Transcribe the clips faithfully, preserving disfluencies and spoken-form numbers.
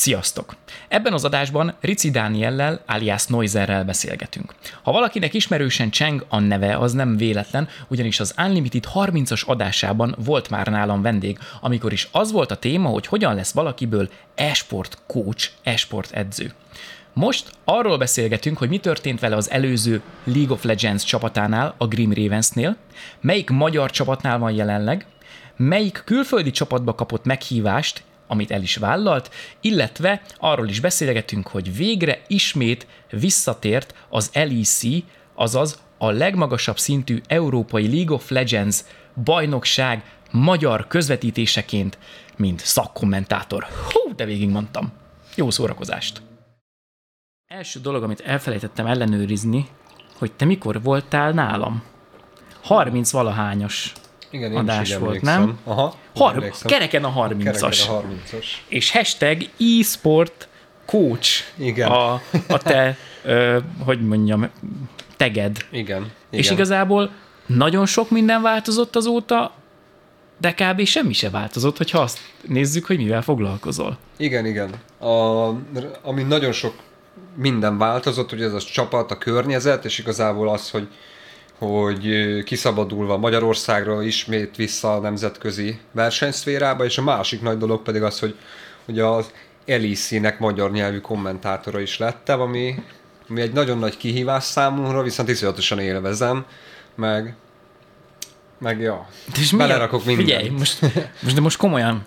Sziasztok! Ebben az adásban Ricci Dániellel, alias Noizerrel beszélgetünk. Ha valakinek ismerősen cseng a neve, az nem véletlen, ugyanis az Unlimited harmincas adásában volt már nálam vendég, amikor is az volt a téma, hogy hogyan lesz valakiből e-sport coach, e-sport edző. Most arról beszélgetünk, hogy mi történt vele az előző League of Legends csapatánál, a Grim Ravensnél, melyik magyar csapatnál van jelenleg, melyik külföldi csapatba kapott meghívást, amit el is vállalt, illetve arról is beszélgetünk, hogy végre ismét visszatért az el í cé, azaz a legmagasabb szintű európai League of Legends bajnokság magyar közvetítéseként, mint szakkommentátor. Hú, de végigmondtam. Jó szórakozást! Első dolog, amit elfelejtettem ellenőrizni, hogy te mikor voltál nálam? harminc-valahányas Igen, adás volt, nem? Aha, Har- kereken a harmincas. Kereken a harmincas. És hashtag e-sport coach Igen. a, a te, ö, hogy mondjam, teged. Igen. Igen. És igazából nagyon sok minden változott azóta, de kb. Semmi se változott, hogyha azt nézzük, hogy mivel foglalkozol. Igen, igen. A, ami nagyon sok minden változott, hogy ez a csapat, a környezet, és igazából az, hogy hogy kiszabadulva Magyarországról ismét vissza a nemzetközi versenyszférába, és a másik nagy dolog pedig az, hogy, hogy az el í cé-nek magyar nyelvű kommentátora is lettem, ami, ami egy nagyon nagy kihívás számomra, viszont iszonyatosan élvezem, meg, meg ja, és belerakok mindent. Figyelj, most, most, de most komolyan,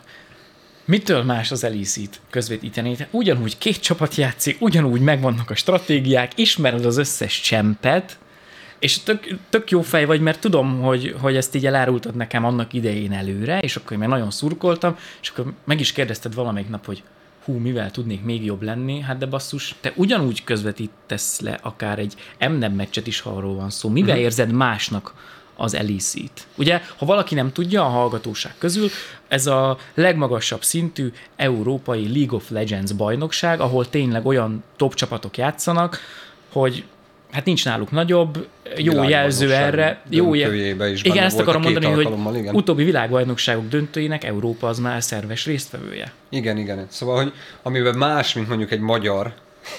mitől más az el í cét közvetíteni? Ugyanúgy két csapat játszik, ugyanúgy megvannak a stratégiák, ismered az összes csempet, és tök, tök jó fej vagy, mert tudom, hogy, hogy ezt így elárultad nekem annak idején előre, és akkor én meg nagyon szurkoltam, és akkor meg is kérdezted valamelyik nap, hogy hú, mivel tudnék még jobb lenni, hát de basszus, te ugyanúgy közvetítesz le akár egy em en e meccset is, ha arról van szó. Mivel uh-huh. érzed másnak az el í cét? Ugye, ha valaki nem tudja a hallgatóság közül, ez a legmagasabb szintű európai League of Legends bajnokság, ahol tényleg olyan top csapatok játszanak, hogy hát nincs náluk nagyobb, jó jelző erre. Jó jel... is igen, ezt akarom mondani, hogy igen. utóbbi világbajnokságok döntőinek Európa az már szerves résztvevője. Igen, igen. Szóval, hogy amiben más, mint mondjuk egy magyar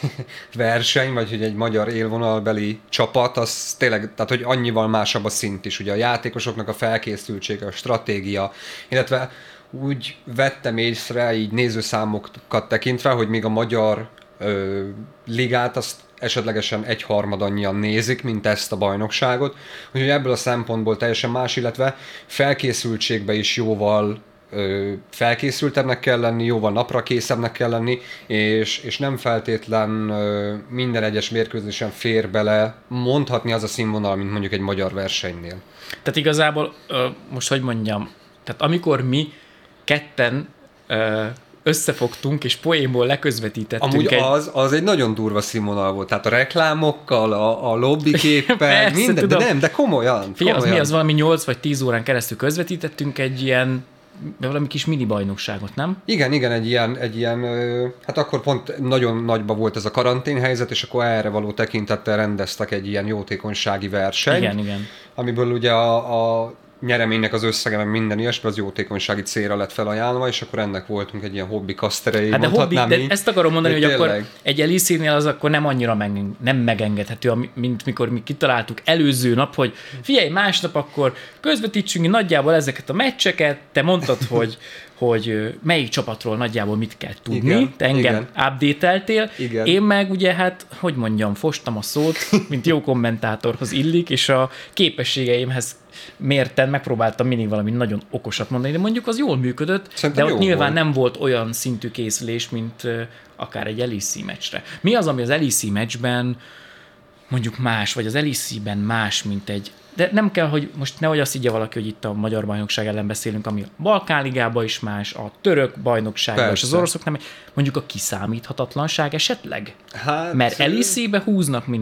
verseny, vagy hogy egy magyar élvonalbeli csapat, az tényleg, tehát hogy annyival másabb a szint is. Ugye a játékosoknak a felkészültsége, a stratégia, illetve úgy vettem észre, így nézőszámokat tekintve, hogy még a magyar ö, ligát azt esetlegesen egyharmad annyian nézik, mint ezt a bajnokságot. Úgyhogy ebből a szempontból teljesen más, illetve felkészültségbe is jóval ö, felkészültebbnek kell lenni, jóval naprakészebbnek kell lenni, és, és nem feltétlen ö, minden egyes mérkőzésen fér bele mondhatni az a színvonal, mint mondjuk egy magyar versenynél. Tehát igazából, ö, most hogy mondjam, tehát amikor mi ketten ö, összefogtunk, és poénból leközvetítettünk. Amúgy egy... az, az egy nagyon durva színvonal volt. Tehát a reklámokkal, a, a lobbyképpel, minden, tudom. de nem, de komolyan. Figyelj, komolyan. az mi az valami nyolc vagy tíz órán keresztül közvetítettünk egy ilyen, valami kis mini bajnokságot, nem? Igen, igen, egy ilyen, egy ilyen, hát akkor pont nagyon nagyba volt ez a karanténhelyzet, és akkor erre való tekintettel rendeztek egy ilyen jótékonysági versenyt. Igen, igen. Amiből ugye a, a nyereménynek az összege, meg minden ilyesmi, az jótékonysági célra lett felajánlva, és akkor ennek voltunk egy ilyen hobbi kaszterei, hát de hobbi, de így, ezt akarom mondani, hogy tényleg. Akkor egy el í cé-nél az akkor nem annyira meg, nem megengedhető, mint mikor mi kitaláltuk előző nap, hogy figyelj, másnap akkor közvetítsünk nagyjából ezeket a meccseket, te mondtad, hogy, hogy melyik csapatról nagyjából mit kell tudni, igen, te engem igen. update-eltél, igen. Én meg ugye hát, hogy mondjam, fostam a szót, mint jó kommentátorhoz illik, és a képességeimhez mérten megpróbáltam mindig valami nagyon okosat mondani, de mondjuk az jól működött, szerintem de ott nyilván volt. Nem volt olyan szintű készülés, mint uh, akár egy el í cé meccsre. Mi az, ami az el í cé meccsben mondjuk más, vagy az el í cé-ben más, mint egy... De nem kell, hogy most nehogy azt higgye valaki, hogy itt a magyar bajnokság ellen beszélünk, ami a Balkán ligában is más, a török bajnokságban és az oroszok nem, mondjuk a kiszámíthatatlanság esetleg? Hát, mert el í cé-be húznak mindig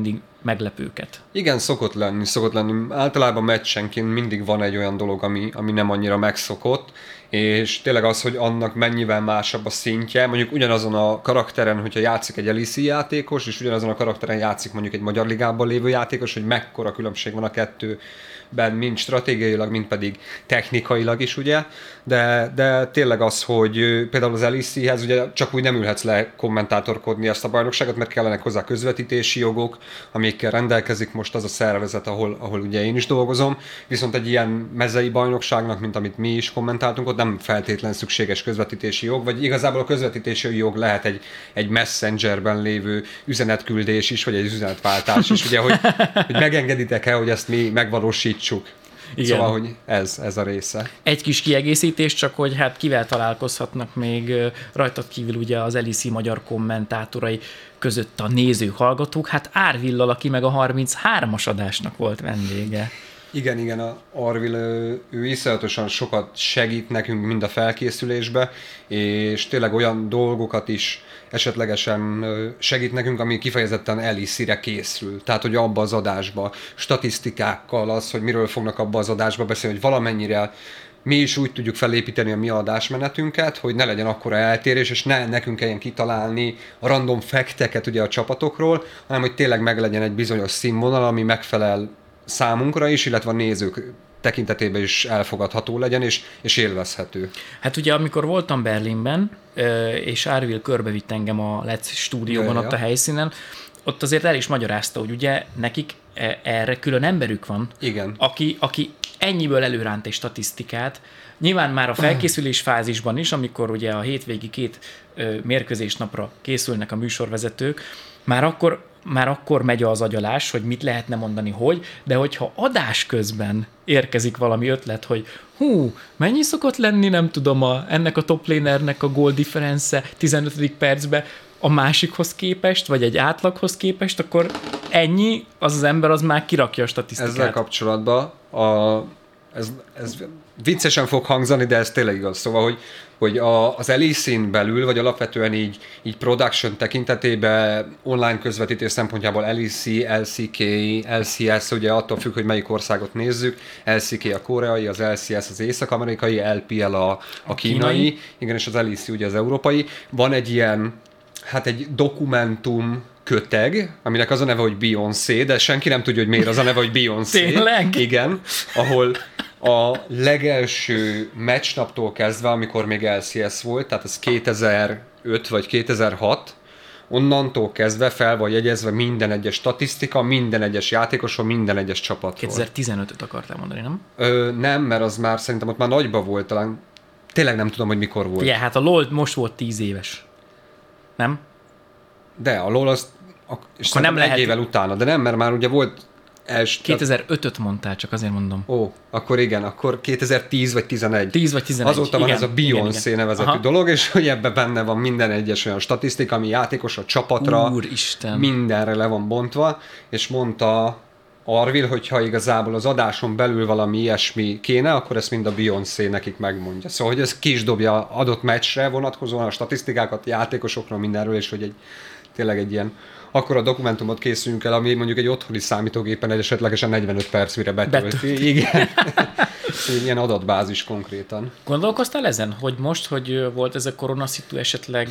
meglepőket. Igen, szokott lenni, szokott lenni. Általában meccsenként mindig van egy olyan dolog, ami, ami nem annyira megszokott, és tényleg az, hogy annak mennyivel másabb a szintje, mondjuk ugyanazon a karakteren, hogyha játszik egy el i cé játékos, és ugyanazon a karakteren játszik mondjuk egy Magyar Ligában lévő játékos, hogy mekkora különbség van a kettőben, mind stratégiailag, mind pedig technikailag is, ugye, de, de tényleg az, hogy például az el i céhez ugye csak úgy nem ülhetsz le kommentátorkodni ezt a bajnokságot, mert kellenek hozzá közvetítési jogok, amikkel rendelkezik most az a szervezet, ahol, ahol ugye én is dolgozom, viszont egy ilyen mezei bajnokságnak, mint amit mi is kommentáltunk, ott nem feltétlen szükséges közvetítési jog, vagy igazából a közvetítési jog lehet egy, egy messengerben lévő üzenetküldés is, vagy egy üzenetváltás is, ugye, hogy, hogy megengeditek-e, hogy ezt mi megvalósítsuk. Igen. Szóval, hogy ez, ez a része. Egy kis kiegészítés, csak hogy hát kivel találkozhatnak még rajtad kívül ugye az el i cé magyar kommentátorai között a néző hallgatók, hát Árvillal, aki meg a harminchármas adásnak volt vendége. Igen, igen, a Arvil, ő, ő iszonyatosan sokat segít nekünk mind a felkészülésbe, és tényleg olyan dolgokat is esetlegesen segít nekünk, ami kifejezetten el i cére készül. Tehát, hogy abba az adásba, statisztikákkal az, hogy miről fognak abba az adásba beszélni, hogy valamennyire mi is úgy tudjuk felépíteni a mi adásmenetünket, hogy ne legyen akkora eltérés, és ne nekünk kelljen kitalálni a random fakteket ugye a csapatokról, hanem hogy tényleg meg legyen egy bizonyos színvonal, ami megfelel számunkra is, illetve a nézők tekintetében is elfogadható legyen, és, és élvezhető. Hát ugye, amikor voltam Berlinben, és Árvil körbevitt engem a Let's stúdióban, ja, ott ja. a helyszínen, ott azért el is magyarázta, hogy ugye nekik erre külön emberük van, igen. Aki, aki ennyiből előránt egy statisztikát. Nyilván már a felkészülés fázisban is, amikor ugye a hétvégi két mérkőzés napra készülnek a műsorvezetők, már akkor már akkor megy az agyalás, hogy mit lehetne mondani, hogy, de hogyha adás közben érkezik valami ötlet, hogy hú, mennyi szokott lenni, nem tudom, a, ennek a top lanernek a goal difference tizenötödik percben a másikhoz képest, vagy egy átlaghoz képest, akkor ennyi, az az ember az már kirakja a statisztikát. Ezzel kapcsolatban a, ez, ez viccesen fog hangzani, de ez tényleg igaz. Szóval, hogy, hogy a, az el i cén belül, vagy alapvetően így, így production tekintetében online közvetítés szempontjából el i cé, el cé ká, el cé es, ugye attól függ, hogy melyik országot nézzük, el cé ká a koreai, az el cé es az észak-amerikai, el pé el a, a, a kínai, kínai, igen, és az el i cé ugye az európai. Van egy ilyen, hát egy dokumentum köteg, aminek az a neve, hogy Beyoncé, de senki nem tudja, hogy miért az a neve, hogy Beyoncé. Tényleg? Igen, ahol a legelső meccsnaptól kezdve, amikor még el cé es volt, tehát ez kétezer-öt vagy kétezer-hat, onnantól kezdve fel van jegyezve minden egyes statisztika, minden egyes játékosról, minden egyes csapatról. kétezer-tizenötöt akartál mondani, nem? Ö, nem, mert az már szerintem ott már nagyba volt, talán tényleg nem tudom, hogy mikor volt. Igen, hát a LoL most volt tíz éves. Nem? De a LoL az és nem lehet... egy évvel utána, de nem, mert már ugye volt els... kétezer-ötöt mondtál, csak azért mondom. Ó, akkor igen, akkor kétezer-tíz vagy tizenegy. tíz vagy tizenegy. Azóta van igen, ez a Beyoncé igen, nevezetű Aha. dolog, és hogy ebben benne van minden egyes olyan statisztika, ami játékos a csapatra, Úristen. mindenre le van bontva, és mondta Arvil, hogyha igazából az adáson belül valami ilyesmi kéne, akkor ezt mind a Beyoncé nekik megmondja. Szóval, hogy ez ki is dobja adott meccsre vonatkozóan a statisztikákat, játékosokról, mindenről, és hogy egy, tényleg egy ilyen akkor a dokumentumot készülünk el, ami mondjuk egy otthoni számítógépen egy esetlegesen negyvenöt perc, mire betölti. Igen. Ilyen adatbázis konkrétan. Gondolkoztál ezen, hogy most, hogy volt ez a koronaszitu, esetleg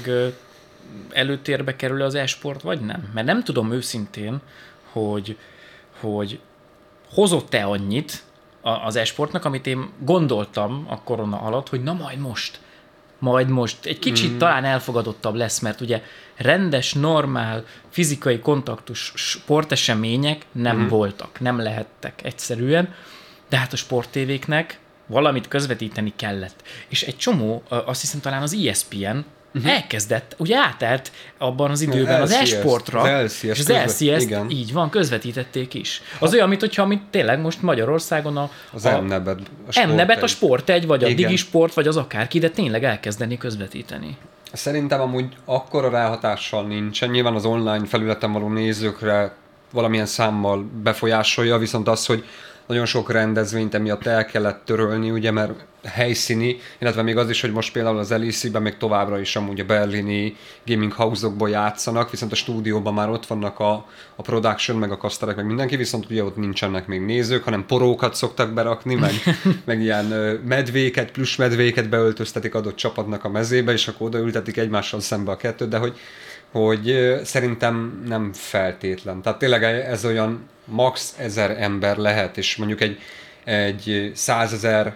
előtérbe kerül az e-sport, vagy nem? Mert nem tudom őszintén, hogy, hogy hozott-e annyit az e-sportnak, amit én gondoltam a korona alatt, hogy na majd most. Majd most egy kicsit mm. talán elfogadottabb lesz, mert ugye rendes, normál, fizikai kontaktus sportesemények nem mm. voltak, nem lehettek egyszerűen, de hát a sporttévéknek valamit közvetíteni kellett. És egy csomó, azt hiszem talán az E S P N uh-huh. elkezdett, ugye átállt abban az időben az e-sportra, az el cé es, és az el cé es-t így van, közvetítették is. Az ha. olyan, mint hogyha amit tényleg most Magyarországon a... Az M-nebet. A M-nebet, a Sport egy, vagy a Digisport, vagy az akárki, de tényleg elkezdeni közvetíteni. Szerintem amúgy akkora ráhatással nincsen. Nyilván az online felületen való nézőkre valamilyen számmal befolyásolja, viszont az, hogy nagyon sok rendezvényt emiatt el kellett törölni, ugye, mert helyszíni, illetve még az is, hogy most például az el é cé-ben még továbbra is amúgy a berlini gaming house-okból játszanak, viszont a stúdióban már ott vannak a, a production, meg a kaszterek, meg mindenki, viszont ugye ott nincsenek még nézők, hanem porókat szoktak berakni, meg, meg ilyen medvéket, plusz medvéket beöltöztetik adott csapatnak a mezébe, és akkor odaültetik egymással szembe a kettőt, de hogy, hogy szerintem nem feltétlen. Tehát tényleg ez olyan max ezer ember lehet, és mondjuk egy, egy százezer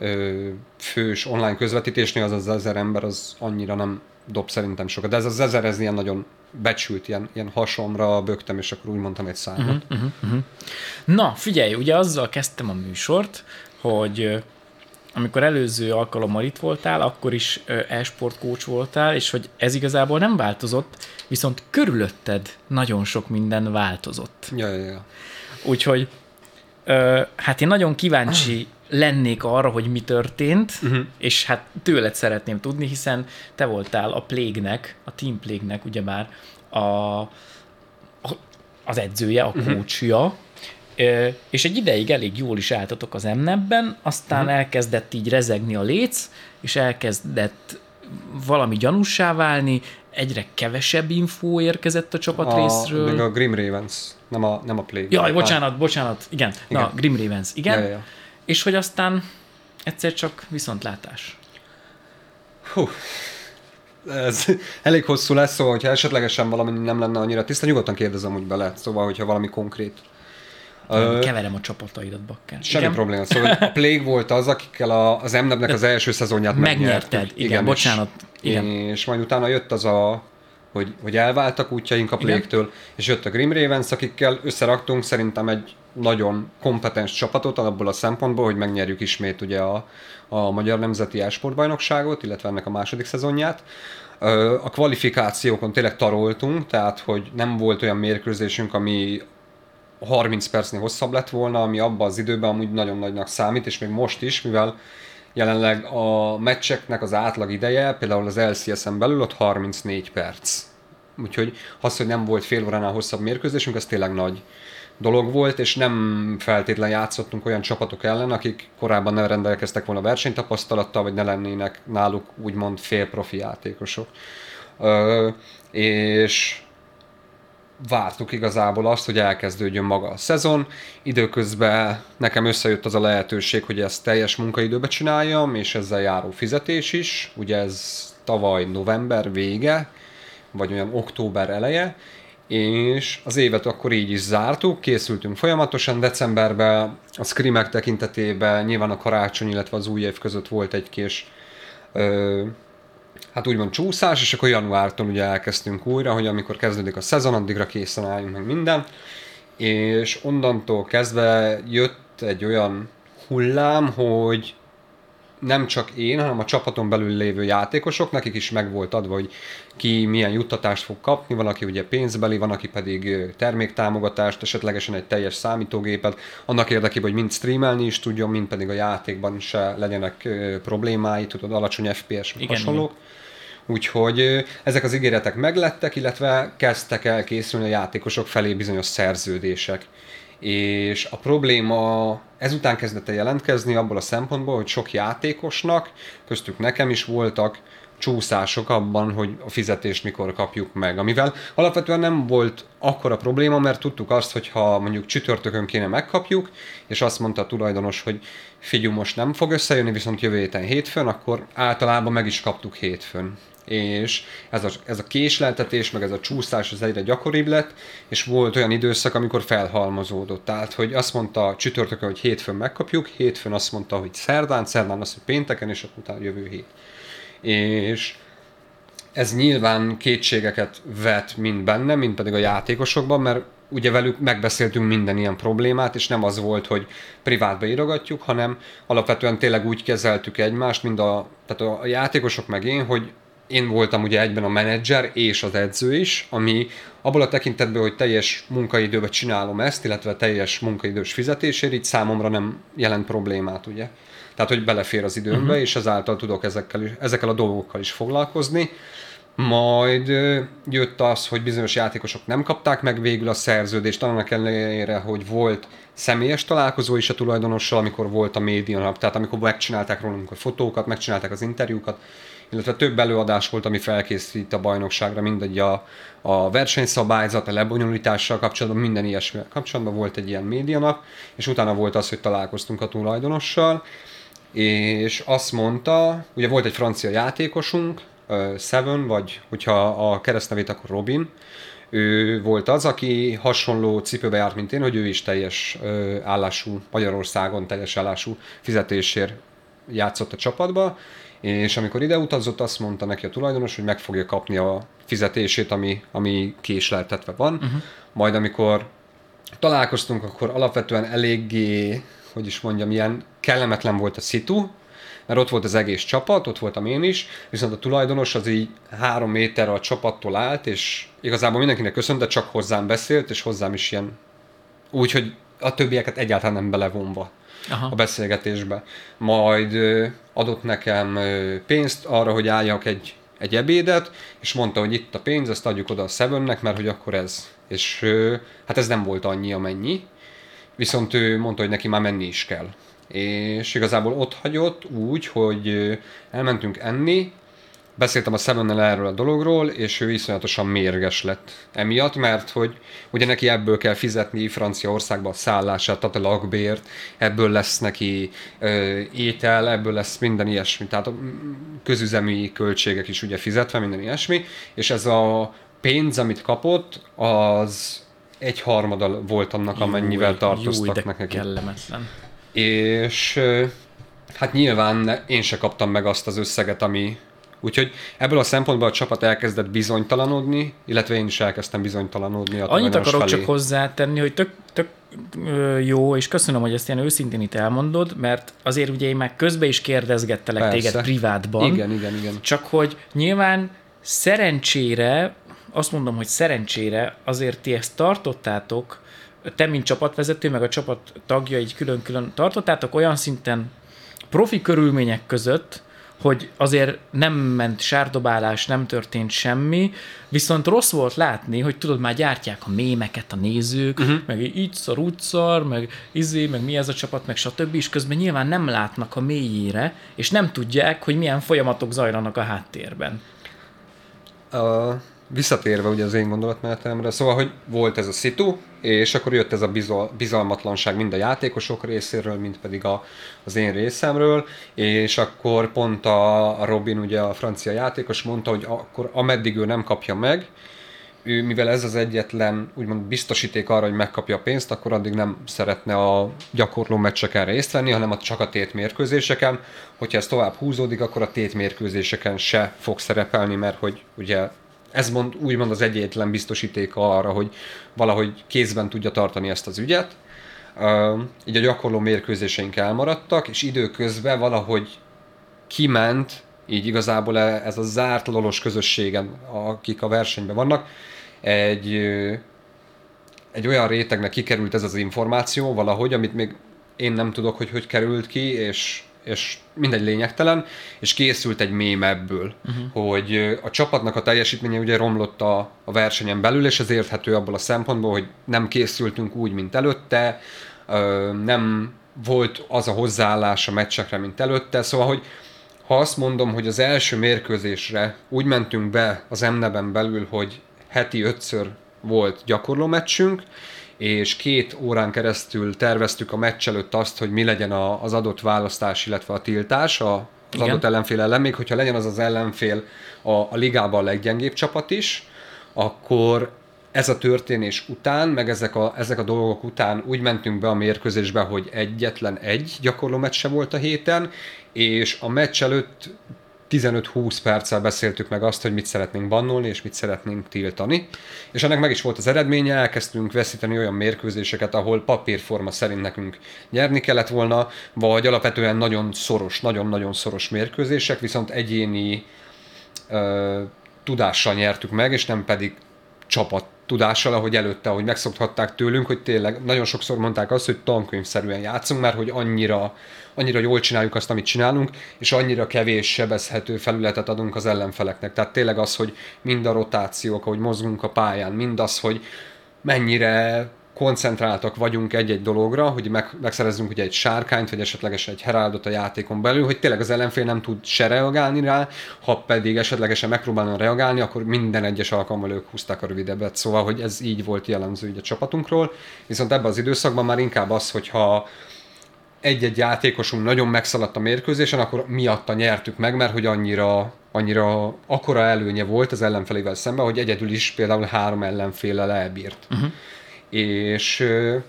fős online közvetítésnél az az ezer ember az annyira nem dob szerintem sokat. De ez az ezer, ez ilyen nagyon becsült, ilyen, ilyen hasomra bögtem, és akkor úgy mondtam egy számot. Uh-huh, uh-huh, uh-huh. Na, figyelj, ugye azzal kezdtem a műsort, hogy amikor előző alkalommal itt voltál, akkor is e-sport coach voltál, és hogy ez igazából nem változott, viszont körülötted nagyon sok minden változott. Ja, ja, ja. Úgyhogy hát én nagyon kíváncsi lennék arra, hogy mi történt, uh-huh. és hát tőled szeretném tudni, hiszen te voltál a Plague-nek, a Team Plague-nek ugyebár a, a, az edzője, a coachja, uh-huh. és egy ideig elég jól is álltatok az em nep-ben, aztán uh-huh. elkezdett így rezegni a léc, és elkezdett valami gyanússá válni, egyre kevesebb infó érkezett a csapat a, részről. Meg a Grim Ravens, nem a, nem a Plague. Jaj, bocsánat, ah. bocsánat, igen. igen. Na, Grim Ravens, igen. Ja, ja, ja. És hogy aztán egyszer csak viszontlátás. Hú, ez elég hosszú lesz, szóval, hogyha esetlegesen valami nem lenne annyira tiszta, nyugodtan kérdezem úgy bele, szóval, hogyha valami konkrét. Uh, keverem a csapataidat, bakker. Semmi igen? probléma. Szóval a Plague volt az, akikkel a, az em nep-nek az első szezonját megnyerted. Megnyerted, igen, igen, bocsánat. És, igen. és majd utána jött az a, hogy, hogy elváltak útjaink a Plague-től, és jött a Grim Ravens, akikkel összeraktunk szerintem egy nagyon kompetens csapatot abból a szempontból, hogy megnyerjük ismét ugye a, a Magyar Nemzeti e-sportbajnokságot, illetve ennek a második szezonját. A kvalifikációkon tényleg taroltunk, tehát hogy nem volt olyan mérkőzésünk, ami harminc percnél hosszabb lett volna, ami abban az időben amúgy nagyon nagynak számít, és még most is, mivel jelenleg a meccseknek az átlag ideje, például az el cé es-en belül ott harmincnégy perc. Úgyhogy az, hogy nem volt fél óránál hosszabb mérkőzésünk, ez tényleg nagy dolog volt, és nem feltétlen játszottunk olyan csapatok ellen, akik korábban nem rendelkeztek volna versenytapasztalattal, vagy ne lennének náluk úgymond félprofi játékosok. Ö, és vártuk igazából azt, hogy elkezdődjön maga a szezon. Időközben nekem összejött az a lehetőség, hogy ezt teljes munkaidőbe csináljam, és ezzel járó fizetés is. Ugye ez tavaly november vége, vagy olyan október eleje, és az évet akkor így is zártuk, készültünk folyamatosan, decemberben a scrimek tekintetében nyilván a karácsony, illetve az új év között volt egy kis ö, hát úgymond csúszás, és akkor januártól ugye elkezdtünk újra, hogy amikor kezdődik a szezon, addigra készen álljunk meg minden, és onnantól kezdve jött egy olyan hullám, hogy nem csak én, hanem a csapaton belül lévő játékosok, nekik is meg volt adva, hogy ki milyen juttatást fog kapni, van, aki ugye pénzbeli, van, aki pedig terméktámogatást, esetlegesen egy teljes számítógépet, annak érdekében, hogy mind streamelni is tudjon, mind pedig a játékban se legyenek problémái, tudod, alacsony ef pé es, meg hasonlók. Úgyhogy ezek az ígéretek meglettek, illetve kezdtek el készülni a játékosok felé bizonyos szerződések. És a probléma ezután kezdett el jelentkezni abból a szempontból, hogy sok játékosnak, köztük nekem is voltak csúszások abban, hogy a fizetést mikor kapjuk meg. Amivel alapvetően nem volt akkora probléma, mert tudtuk azt, hogy ha mondjuk csütörtökön kéne megkapjuk, és azt mondta a tulajdonos, hogy figyelj, most nem fog összejönni, viszont jövő héten hétfőn, akkor általában meg is kaptuk hétfőn. És ez a, ez a késleltetés, meg ez a csúszás az egyre gyakoribb lett, és volt olyan időszak, amikor felhalmozódott. Tehát, hogy azt mondta csütörtökön, hogy hétfőn megkapjuk, hétfőn azt mondta, hogy szerdán, szerdán azt, hogy pénteken, és akkor utána jövő hét. És ez nyilván kétségeket vet mind benne, mind pedig a játékosokban, mert ugye velük megbeszéltünk minden ilyen problémát, és nem az volt, hogy privátba írogatjuk, hanem alapvetően tényleg úgy kezeltük egymást, mind a, tehát a játékosok meg én, hogy én voltam ugye egyben a menedzser és az edző is, ami abból a tekintetből, hogy teljes munkaidőben csinálom ezt, illetve teljes munkaidős fizetésért, így számomra nem jelent problémát, ugye. Tehát, hogy belefér az időmbe, uh-huh. és ezáltal tudok ezekkel, ezekkel a dolgokkal is foglalkozni. Majd jött az, hogy bizonyos játékosok nem kapták meg végül a szerződést, annak ellenére, hogy volt személyes találkozó is a tulajdonossal, amikor volt a média nap, tehát amikor megcsinálták rólunk a fotókat, megcsinálták az interjúkat, illetve több előadás volt, ami felkészít a bajnokságra, mindegy a, a versenyszabályzat, a lebonyolítással kapcsolatban, minden ilyesmivel kapcsolatban volt egy ilyen médianap, és utána volt az, hogy találkoztunk a tulajdonossal, és azt mondta, ugye volt egy francia játékosunk, uh, Seven, vagy hogyha a keresztnevét, akkor Robin, ő volt az, aki hasonló cipőbe járt, mint én, hogy ő is teljes uh, állású, Magyarországon teljes állású fizetésért játszott a csapatba, és amikor ide utazott, azt mondta neki a tulajdonos, hogy meg fogja kapni a fizetését, ami, ami késleltetve van. Uh-huh. Majd amikor találkoztunk, akkor alapvetően eléggé, hogy is mondjam, ilyen kellemetlen volt a szitu, mert ott volt az egész csapat, ott voltam én is, viszont a tulajdonos az így három méterre a csapattól állt, és igazából mindenkinek köszönt, csak hozzám beszélt, és hozzám is ilyen úgy, hogy a többieket egyáltalán nem belevonva. Aha. A beszélgetésbe. Majd ö, adott nekem ö, pénzt arra, hogy álljak egy, egy ebédet, és mondta, hogy itt a pénz, ezt adjuk oda a Sevennek, mert hogy akkor ez. És ö, hát ez nem volt annyi, amennyi. Viszont ő mondta, hogy neki már menni is kell. És igazából ott hagyott úgy, hogy ö, elmentünk enni, beszéltem a Sevennel erről a dologról, és ő iszonyatosan mérges lett emiatt, mert hogy ugye neki ebből kell fizetni Franciaországba a szállását, tehát a lakbért, ebből lesz neki ö, étel, ebből lesz minden ilyesmi, tehát a közüzemi költségek is ugye fizetve, minden ilyesmi, és ez a pénz, amit kapott, az egy harmada volt annak, amennyivel jó, tartoztak jó, nekik. Kellemetlen. És ö, hát nyilván én se kaptam meg azt az összeget, ami úgyhogy ebből a szempontból a csapat elkezdett bizonytalanodni, illetve én is elkezdtem bizonytalanodni. A Annyit akarok felé. csak hozzátenni, hogy tök, tök jó, és köszönöm, hogy ezt ilyen őszintén itt elmondod, mert azért ugye én már közben is kérdezgettelek Persze. téged privátban. Igen, igen, igen. Csak hogy nyilván szerencsére, azt mondom, hogy szerencsére azért ti ezt tartottátok, te mint csapatvezető, meg a csapat tagja így külön-külön tartottátok olyan szinten profi körülmények között, hogy azért nem ment sárdobálás, nem történt semmi, viszont rossz volt látni, hogy tudod, már gyártják a mémeket a nézők, uh-huh. meg így szar, úgy szar, meg izé, meg mi ez a csapat, meg stb. És közben nyilván nem látnak a mélyére, és nem tudják, hogy milyen folyamatok zajlanak a háttérben. Uh, visszatérve ugye az én gondolatmenetemre, szóval, hogy volt ez a szitu, és akkor jött ez a bizal, bizalmatlanság mind a játékosok részéről, mind pedig a, az én részemről, és akkor pont a, a Robin, ugye a francia játékos mondta, hogy akkor ameddig ő nem kapja meg, ő, mivel ez az egyetlen úgymond biztosíték arra, hogy megkapja a pénzt, akkor addig nem szeretne a gyakorló meccseken részt venni, hanem csak a tétmérkőzéseken. Hogyha ez tovább húzódik, akkor a tétmérkőzéseken se fog szerepelni, mert hogy ugye ez mond, úgymond az egyetlen biztosítéka arra, hogy valahogy kézben tudja tartani ezt az ügyet. Uh, így a gyakorló mérkőzéseink elmaradtak, és időközben valahogy kiment, így igazából ez a zárt lolos közösségen, akik a versenyben vannak, egy, egy olyan rétegnek kikerült ez az információ valahogy, amit még én nem tudok, hogy hogy került ki, és és mindegy lényegtelen, és készült egy mém ebből, uh-huh. hogy a csapatnak a teljesítménye ugye romlott a, a versenyen belül, és ez érthető abból a szempontból, hogy nem készültünk úgy, mint előtte, nem volt az a hozzáállás a meccsekre, mint előtte, szóval, hogy ha azt mondom, hogy az első mérkőzésre úgy mentünk be az em en e ben belül, hogy heti ötször volt gyakorló meccsünk, és két órán keresztül terveztük a meccs előtt azt, hogy mi legyen a, az adott választás, illetve a tiltás a, az Igen. adott ellenfél ellen, még hogyha legyen az az ellenfél a, a ligában a leggyengébb csapat is, akkor ez a történés után, meg ezek a, ezek a dolgok után úgy mentünk be a mérkőzésbe, hogy egyetlen egy gyakorló meccs sem volt a héten, és a meccs előtt tizenöt-húsz perccel beszéltük meg azt, hogy mit szeretnénk bannolni, és mit szeretnénk tiltani. És ennek meg is volt az eredménye, elkezdtünk veszíteni olyan mérkőzéseket, ahol papírforma szerint nekünk nyerni kellett volna, vagy alapvetően nagyon szoros, nagyon-nagyon szoros mérkőzések, viszont egyéni ö, tudással nyertük meg, és nem pedig csapat tudással, ahogy előtte, ahogy megszokhatták tőlünk, hogy tényleg nagyon sokszor mondták azt, hogy tankönyvszerűen játszunk, mert hogy annyira, annyira jól csináljuk azt, amit csinálunk, és annyira kevés sebezhető felületet adunk az ellenfeleknek. Tehát tényleg az, hogy mind a rotációk, ahogy mozgunk a pályán, mind az, hogy mennyire koncentráltak vagyunk egy-egy dologra, hogy meg, megszerezzünk ugye egy sárkányt, vagy esetlegesen egy heráldot a játékon belül, hogy tényleg az ellenfél nem tud se reagálni rá, ha pedig esetlegesen megpróbálna reagálni, akkor minden egyes alkalommal ők húzták a rövidebbet. Szóval, hogy ez így volt jellemző így a csapatunkról. Viszont ebben az időszakban már inkább az, hogyha egy-egy játékosunk nagyon megszaladt a mérkőzésen, akkor miatta nyertük meg, mert hogy annyira, annyira akkora előnye volt az ellenfelével szemben, hogy egyedül is például három ellenféllel elbírt. Uh-huh. És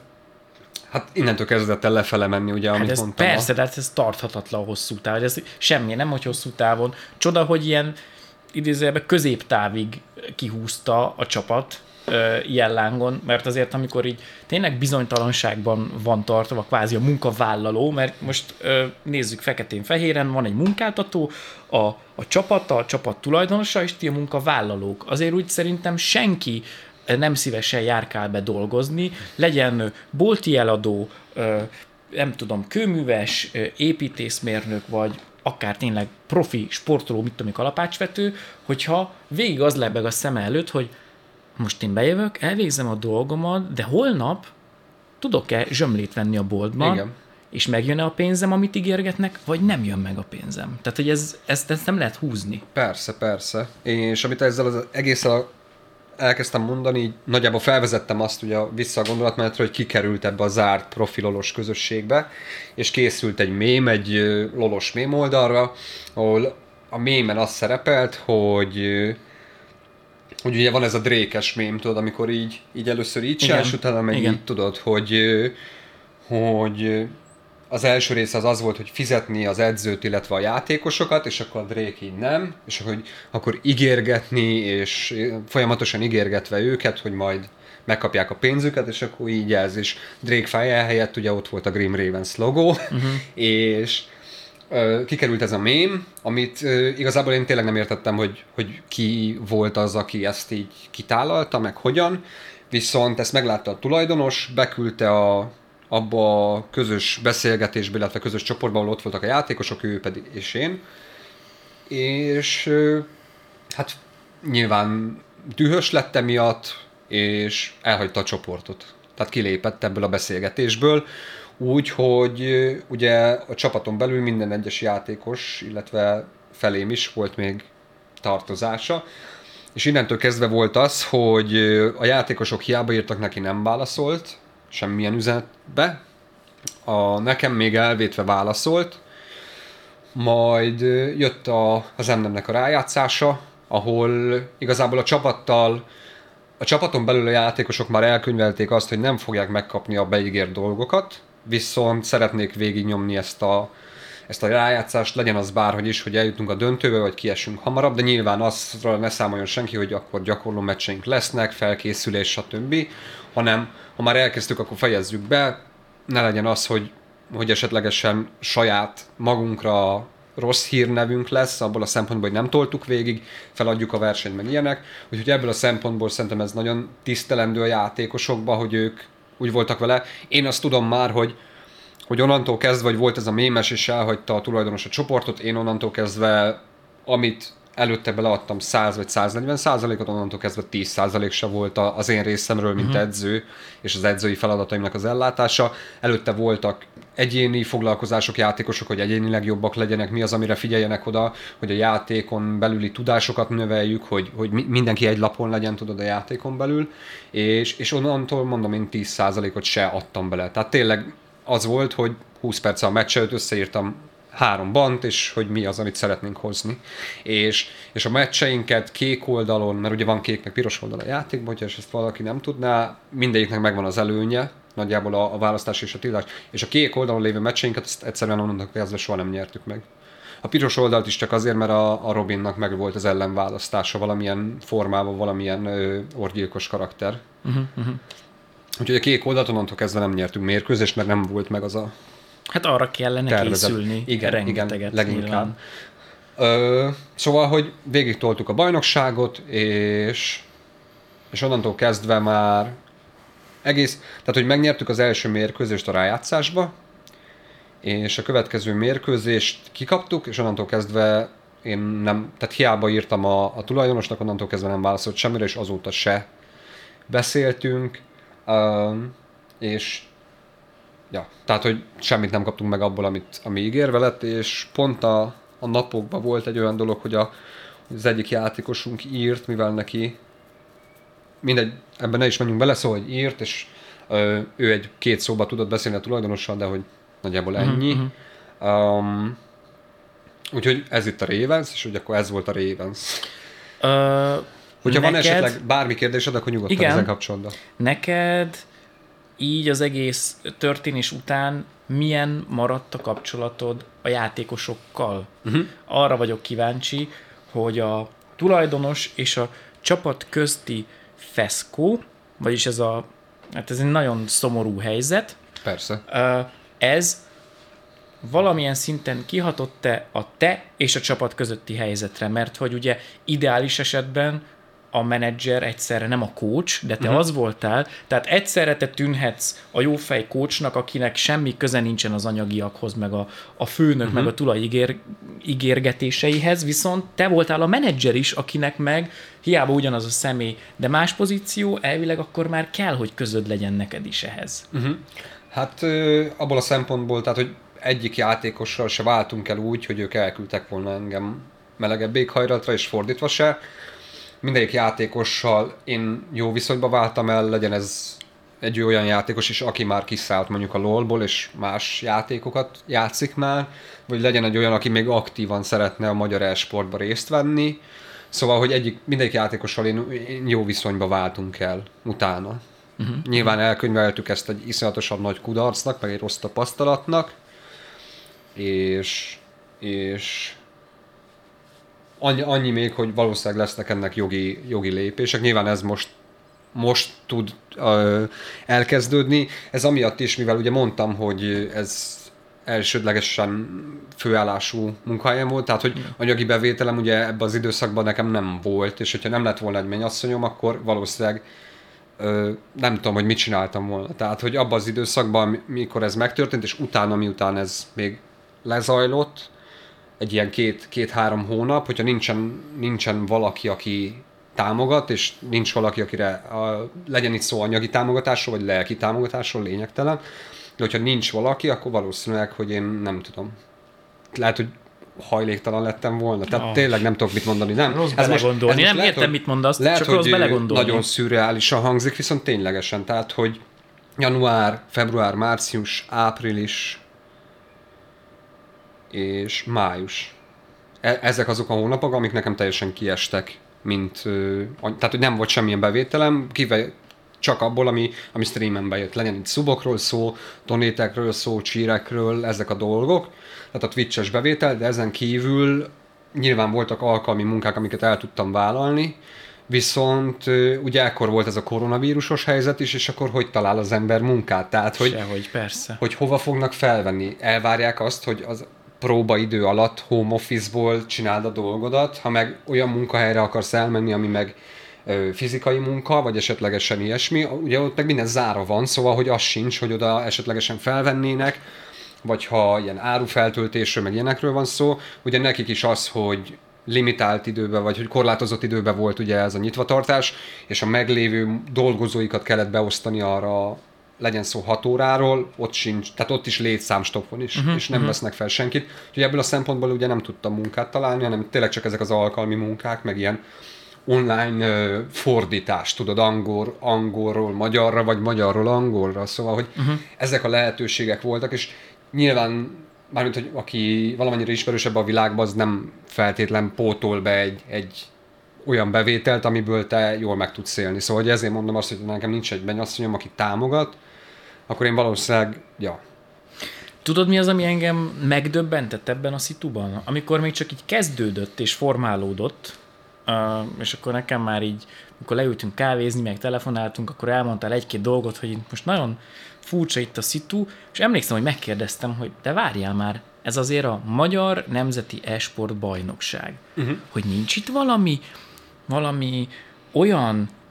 hát innentől kezdett el lefele menni, ugye, amit hát ez mondtam. Persze, de ez tarthatatlan hosszú táv. Ez semmi, nem hogy hosszú távon. Csoda, hogy ilyen idézőjelben középtávig kihúzta a csapat ö, ilyen lángon, mert azért amikor így tényleg bizonytalanságban van tartva kvázi a munkavállaló, mert most ö, nézzük feketén-fehéren, van egy munkáltató, a, a csapata, a csapat tulajdonosa, és ti a munkavállalók. Azért úgy szerintem senki nem szívesen járkál be dolgozni, legyen bolti eladó, nem tudom, kőműves, építészmérnök, vagy akár tényleg profi sportoló, mit tudom, kalapácsvető, hogyha végig az lebeg a szeme előtt, hogy most én bejövök, elvégzem a dolgomat, de holnap tudok-e zsömlét venni a boltban, igen, és megjön-e a pénzem, amit ígérgetnek, vagy nem jön meg a pénzem. Tehát, hogy ez, ezt, ezt nem lehet húzni. Persze, persze. És amit ezzel az egészen elkezdtem mondani, így nagyjából felvezettem azt ugye vissza a gondolatmenetre, hogy kikerült ebbe a zárt profi lolos közösségbe, és készült egy mém, egy lolos mém oldalra, ahol a mémen az szerepelt, hogy, hogy ugye van ez a drékes mém, tudod, amikor így, így először így csinálsz, utána meg így tudod, hogy, hogy az első része az az volt, hogy fizetni az edzőt, illetve a játékosokat, és akkor a Drake így nem, és akkor, akkor ígérgetni, és folyamatosan ígérgetve őket, hogy majd megkapják a pénzüket, és akkor így ez, és Drake feje helyett ugye ott volt a Grim Ravens logó, uh-huh. és ö, kikerült ez a mém, amit ö, igazából én tényleg nem értettem, hogy, hogy ki volt az, aki ezt így kitálalta, meg hogyan, viszont ezt meglátta a tulajdonos, beküldte a abba a közös beszélgetésbe, illetve közös csoportban, ahol ott voltak a játékosok, ő pedig és én. És hát nyilván dühös lett emiatt, és elhagyta a csoportot. Tehát kilépett ebből a beszélgetésből, úgy, hogy ugye a csapaton belül minden egyes játékos, illetve felém is volt még tartozása, és innentől kezdve volt az, hogy a játékosok hiába írtak neki, nem válaszolt, semmilyen üzenetbe, a, nekem még elvétve válaszolt, majd jött a, az em nemnek a rájátszása, ahol igazából a csapattal, a csapaton belül a játékosok már elkönyvelték azt, hogy nem fogják megkapni a beígért dolgokat, viszont szeretnék végignyomni ezt a, ezt a rájátszást, legyen az bárhogy is, hogy eljutunk a döntőbe, vagy kiesünk hamarabb, de nyilván azra ne számoljon senki, hogy akkor gyakorló meccseink lesznek, felkészülés, stb., hanem ha már elkezdtük, akkor fejezzük be, ne legyen az, hogy, hogy esetlegesen saját magunkra rossz hírnevünk lesz, abból a szempontból, hogy nem toltuk végig, feladjuk a versenyt, meg ilyenek. Úgyhogy ebből a szempontból szerintem ez nagyon tisztelendő a játékosokba, hogy ők úgy voltak vele. Én azt tudom már, hogy, hogy onnantól kezdve, hogy volt ez a mémes, és elhagyta a tulajdonos a csoportot, én onnantól kezdve, amit előtte beleadtam száz vagy száznegyven százalékot, onnantól kezdve tíz százalék se volt az én részemről, mint uh-huh. edző, és az edzői feladataimnak az ellátása. Előtte voltak egyéni foglalkozások, játékosok, hogy egyénileg jobbak legyenek, mi az, amire figyeljenek oda, hogy a játékon belüli tudásokat növeljük, hogy, hogy mindenki egy lapon legyen, tudod, a játékon belül, és, és onnantól mondom, én tíz százalékot se adtam bele. Tehát tényleg az volt, hogy húsz perc a meccs előtt összeírtam három bant, és hogy mi az, amit szeretnénk hozni. És, és a meccseinket kék oldalon, mert ugye van kék meg piros oldal a játékban, hogyha ezt valaki nem tudná, mindegyiknek megvan az előnye, nagyjából a, a választás és a tiltás. És a kék oldalon lévő meccseinket ezt egyszerűen onnantól kezdve soha nem nyertük meg. A piros oldalt is csak azért, mert a, a Robinnak meg volt az ellenválasztása valamilyen formában, valamilyen ö, orgyilkos karakter. Uh-huh, uh-huh. Úgyhogy a kék oldalt onnantól kezdve nem nyertünk mérkőzést, mert nem volt meg az a hát arra kellene tervezet. Készülni. Igen, rengeteget igen, leginkább. Ö, szóval, hogy végig toltuk a bajnokságot, és, és onnantól kezdve már egész, tehát hogy megnyertük az első mérkőzést a rájátszásba, és a következő mérkőzést kikaptuk, és onnantól kezdve én nem, tehát hiába írtam a, a tulajdonosnak, onnantól kezdve nem válaszolt semmire, és azóta se beszéltünk, um, és ja, tehát, hogy semmit nem kaptunk meg abból, amit, ami ígérve lett, és pont a, a napokban volt egy olyan dolog, hogy a, az egyik játékosunk írt, mivel neki mindegy, ebben ne is menjünk bele, szóval, hogy írt, és ö, ő egy két szóba tudott beszélni a tulajdonossal, de hogy nagyjából ennyi. Uh-huh. Um, úgyhogy ez itt a Ravens, és ugye akkor ez volt a Ravens. Uh, Hogyha neked... van esetleg bármi kérdésed, akkor nyugodtan ezen kapcsolatban. Neked így az egész történés után milyen maradt a kapcsolatod a játékosokkal? Uh-huh. Arra vagyok kíváncsi, hogy a tulajdonos és a csapat közti feszkó, vagyis ez a, hát ez egy nagyon szomorú helyzet. Persze. Ez valamilyen szinten kihatott-e a te és a csapat közötti helyzetre? Mert hogy ugye ideális esetben a menedzser egyszerre nem a coach, de te uh-huh. az voltál, tehát egyszerre te tűnhetsz a jófej coachnak, akinek semmi köze nincsen az anyagiakhoz, meg a, a főnök, uh-huh. meg a tulaj ígér, ígérgetéseihez, viszont te voltál a menedzser is, akinek meg hiába ugyanaz a személy, de más pozíció, elvileg akkor már kell, hogy közöd legyen neked is ehhez. Uh-huh. Hát ö, abból a szempontból, tehát, hogy egyik játékossal se váltunk el úgy, hogy ők elküldtek volna engem melegebb éghajlatra, és fordítva se. Mindegyik játékossal én jó viszonyba váltam el, legyen ez egy olyan játékos is, aki már kiszállt mondjuk a LoL-ból, és más játékokat játszik már, vagy legyen egy olyan, aki még aktívan szeretne a magyar e-sportba részt venni. Szóval, hogy egyik, mindegyik játékossal én, én jó viszonyba váltunk el utána. Uh-huh. Nyilván elkönyveltük ezt egy iszonyatosan nagy kudarcnak, meg egy rossz tapasztalatnak, és... és Annyi, annyi még, hogy valószínűleg lesznek ennek jogi, jogi lépések. Nyilván ez most, most tud ö, elkezdődni. Ez amiatt is, mivel ugye mondtam, hogy ez elsődlegesen főállású munkahelyem volt, tehát hogy anyagi bevételem ugye ebben az időszakban nekem nem volt, és hogyha nem lett volna egy mennyasszonyom, akkor valószínűleg ö, nem tudom, hogy mit csináltam volna. Tehát, hogy abban az időszakban, mikor ez megtörtént, és utána, miután ez még lezajlott, egy ilyen két, két-három hónap, hogyha nincsen, nincsen valaki, aki támogat, és nincs valaki, akire a, legyen itt szó anyagi támogatásról, vagy lelki támogatásról, lényegtelen, de hogyha nincs valaki, akkor valószínűleg, hogy én nem tudom. Lehet, hogy hajléktalan lettem volna. Tehát oh. tényleg nem tudok mit mondani. Nem, rossz ez belegondolni. Most, ez nem lehet, értem, mit mondasz, lehet, csak rossz belegondolni. Nagyon szürreálisan hangzik, viszont ténylegesen. Tehát, hogy január, február, március, április, és május. E- ezek azok a hónapok, amik nekem teljesen kiestek, mint, ö, tehát, hogy nem volt semmilyen bevételem, kive csak abból, ami, ami streamen bejött. Legyen itt szubokról szó, donétekről szó, csírekről, ezek a dolgok. Tehát a Twitch-es bevétel, de ezen kívül nyilván voltak alkalmi munkák, amiket el tudtam vállalni, viszont ö, ugye ekkor volt ez a koronavírusos helyzet is, és akkor hogy talál az ember munkát? Tehát, hogy, Sehogy, persze. Hogy hova fognak felvenni? Elvárják azt, hogy az próbaidő alatt home office-ból csináld a dolgodat, ha meg olyan munkahelyre akarsz elmenni, ami meg ö, fizikai munka, vagy esetlegesen ilyesmi, ugye ott meg minden zárva van, szóval, hogy az sincs, hogy oda esetlegesen felvennének, vagy ha ilyen árufeltöltésről, meg ilyenekről van szó, ugye nekik is az, hogy limitált időben, vagy hogy korlátozott időben volt ugye ez a nyitvatartás, és a meglévő dolgozóikat kellett beosztani arra, legyen szó hat óráról, ott sincs, tehát ott is létszámstopp van is, uh-huh, és nem uh-huh. vesznek fel senkit. Úgyhogy ebből a szempontból ugye nem tudtam munkát találni, hanem tényleg csak ezek az alkalmi munkák, meg ilyen online uh, fordítás, tudod, angol, angolról magyarra, vagy magyarról angolra, szóval, hogy uh-huh. ezek a lehetőségek voltak, és nyilván, mármint, hogy aki valamennyire ismerősebb a világban, az nem feltétlen pótol be egy, egy olyan bevételt, amiből te jól meg tudsz élni. Szóval hogy ezért mondom azt, hogy nekem nincs egy mennyasszonyom, aki támogat, akkor én valószínűleg, ja. Tudod, mi az, ami engem megdöbbentett ebben a szituban? Amikor még csak így kezdődött és formálódott, és akkor nekem már így, amikor leültünk kávézni, meg telefonáltunk, akkor elmondtál egy-két dolgot, hogy most nagyon furcsa itt a szitu, és emlékszem, hogy megkérdeztem, hogy de várjál már, ez azért a Magyar Nemzeti E-sport Bajnokság. Uh-huh. Hogy nincs itt valami, valami olyan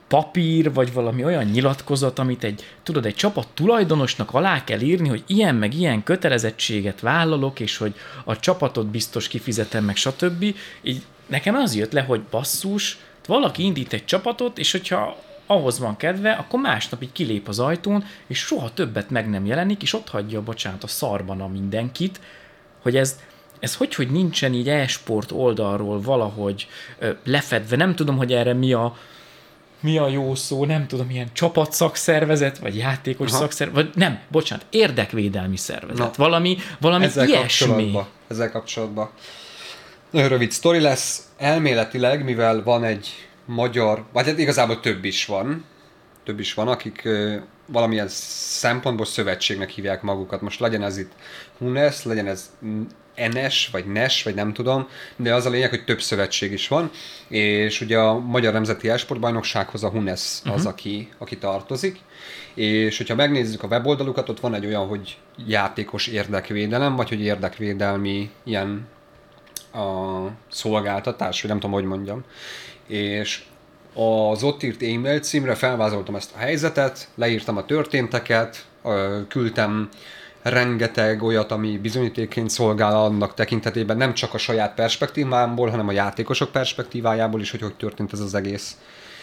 papír, vagy valami olyan nyilatkozat, amit egy, tudod, egy csapat tulajdonosnak alá kell írni, hogy ilyen meg ilyen kötelezettséget vállalok, és hogy a csapatot biztos kifizetem, meg stb. Így nekem az jött le, hogy basszus, valaki indít egy csapatot, és hogyha ahhoz van kedve, akkor másnap így kilép az ajtón, és soha többet meg nem jelenik, és ott hagyja, bocsánat, a szarban a mindenkit, hogy ez, ez hogy, hogy nincsen így e-sport oldalról valahogy ö, lefedve. Nem tudom, hogy erre mi a, mi a jó szó, nem tudom, ilyen csapatszakszervezet, vagy játékos Aha. szakszervezet, vagy nem, bocsánat, érdekvédelmi szervezet. Na, valami, valami ezzel ilyesmi. Kapcsolatban, ezzel kapcsolatban. Nagyon rövid sztori lesz. Elméletileg, mivel van egy magyar, vagy hát igazából több is van, több is van, akik ö, valamilyen szempontból szövetségnek hívják magukat. Most legyen ez itt Hunes, legyen ez Enes, vagy Nes, vagy nem tudom, de az a lényeg, hogy több szövetség is van, és ugye a Magyar Nemzeti Esportbajnoksághoz a Hunes az, uh-huh. aki, aki tartozik, és hogyha megnézzük a weboldalukat, ott van egy olyan, hogy játékos érdekvédelem, vagy hogy érdekvédelmi ilyen a szolgáltatás, vagy nem tudom, hogy mondjam. És az ott írt e-mail címre felvázoltam ezt a helyzetet, leírtam a történteket, küldtem rengeteg olyat, ami bizonyítékként szolgál annak tekintetében, nem csak a saját perspektívámból, hanem a játékosok perspektívájából is, hogy hogy történt ez az egész.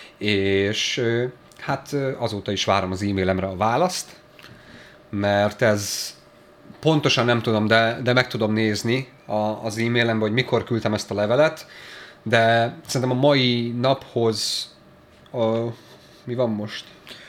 És hát azóta is várom az e-mailemre a választ, mert ez pontosan nem tudom, de, de meg tudom nézni a, az e-mailembe, hogy mikor küldtem ezt a levelet, de szerintem a mai naphoz a, mi van most?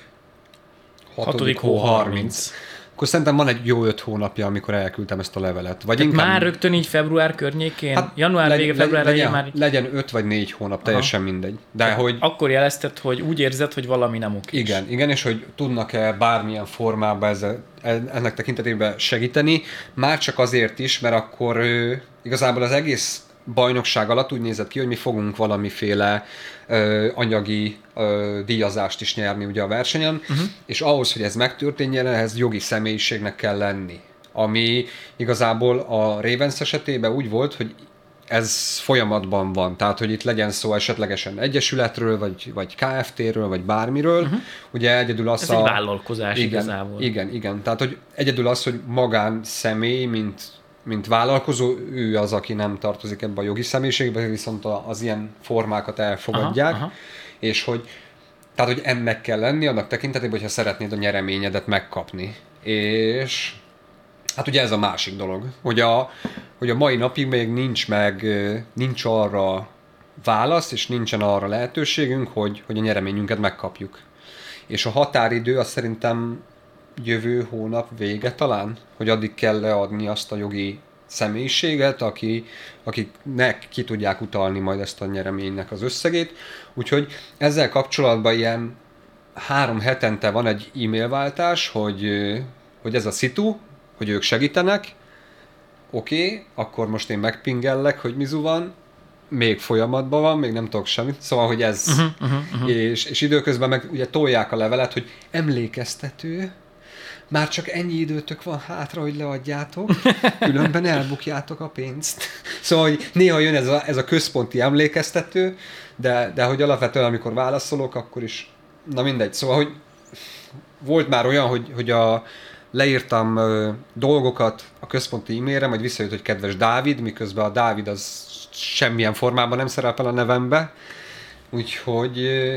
hatodik hó harminc. Akkor szerintem van egy jó öt hónapja, amikor elküldtem ezt a levelet. Vagy inkább... Már rögtön így február környékén? Hát január legy, vége, február legyen, már... Legyen öt vagy négy hónap, teljesen Aha. mindegy. De hát hogy... Akkor jelezted, hogy úgy érzed, hogy valami nem oké. Igen, igen, és hogy tudnak-e bármilyen formában ezzel, ennek tekintetében segíteni. Már csak azért is, mert akkor ö, igazából az egész bajnokság alatt úgy nézett ki, hogy mi fogunk valamiféle ö, anyagi ö, díjazást is nyerni ugye a versenyen, uh-huh. és ahhoz, hogy ez megtörténjen, ehhez jogi személyiségnek kell lenni. Ami igazából a Ravens esetében úgy volt, hogy ez folyamatban van, tehát hogy itt legyen szó esetlegesen egyesületről, vagy, vagy ká ef té-ről, vagy bármiről. Uh-huh. Ugye egyedül az ez a... egy vállalkozás igen, igazából. Igen, igen. Tehát hogy egyedül az, hogy magánszemély, mint mint vállalkozó, ő az, aki nem tartozik ebbe a jogi személyiségbe, viszont az ilyen formákat elfogadják, aha, aha. és hogy, tehát, hogy ennek kell lenni, annak tekintetében, hogyha szeretnéd a nyereményedet megkapni. És hát ugye ez a másik dolog, hogy a, hogy a mai napig még nincs meg, nincs arra válasz, és nincsen arra lehetőségünk, hogy, hogy a nyereményünket megkapjuk. És a határidő az szerintem jövő hónap vége talán, hogy addig kell leadni azt a jogi személyiséget, aki, akiknek ki tudják utalni majd ezt a nyereménynek az összegét. Úgyhogy ezzel kapcsolatban ilyen három hetente van egy e-mail váltás, hogy, hogy ez a szitu, hogy ők segítenek. Oké, okay, akkor most én megpingellek, hogy mizu van, még folyamatban van, még nem tudok semmit, szóval, hogy ez, uh-huh, uh-huh, uh-huh. És, és időközben meg ugye tolják a levelet, hogy emlékeztető, már csak ennyi időtök van hátra, hogy leadjátok, különben elbukjátok a pénzt. Szóval, hogy néha jön ez a, ez a központi emlékeztető, de, de hogy alapvetően, amikor válaszolok, akkor is, na mindegy. Szóval, hogy volt már olyan, hogy, hogy a, leírtam ö, dolgokat a központi e-mailre, majd visszajött, hogy kedves Dávid, miközben a Dávid az semmilyen formában nem szerepel a nevembe. Úgyhogy,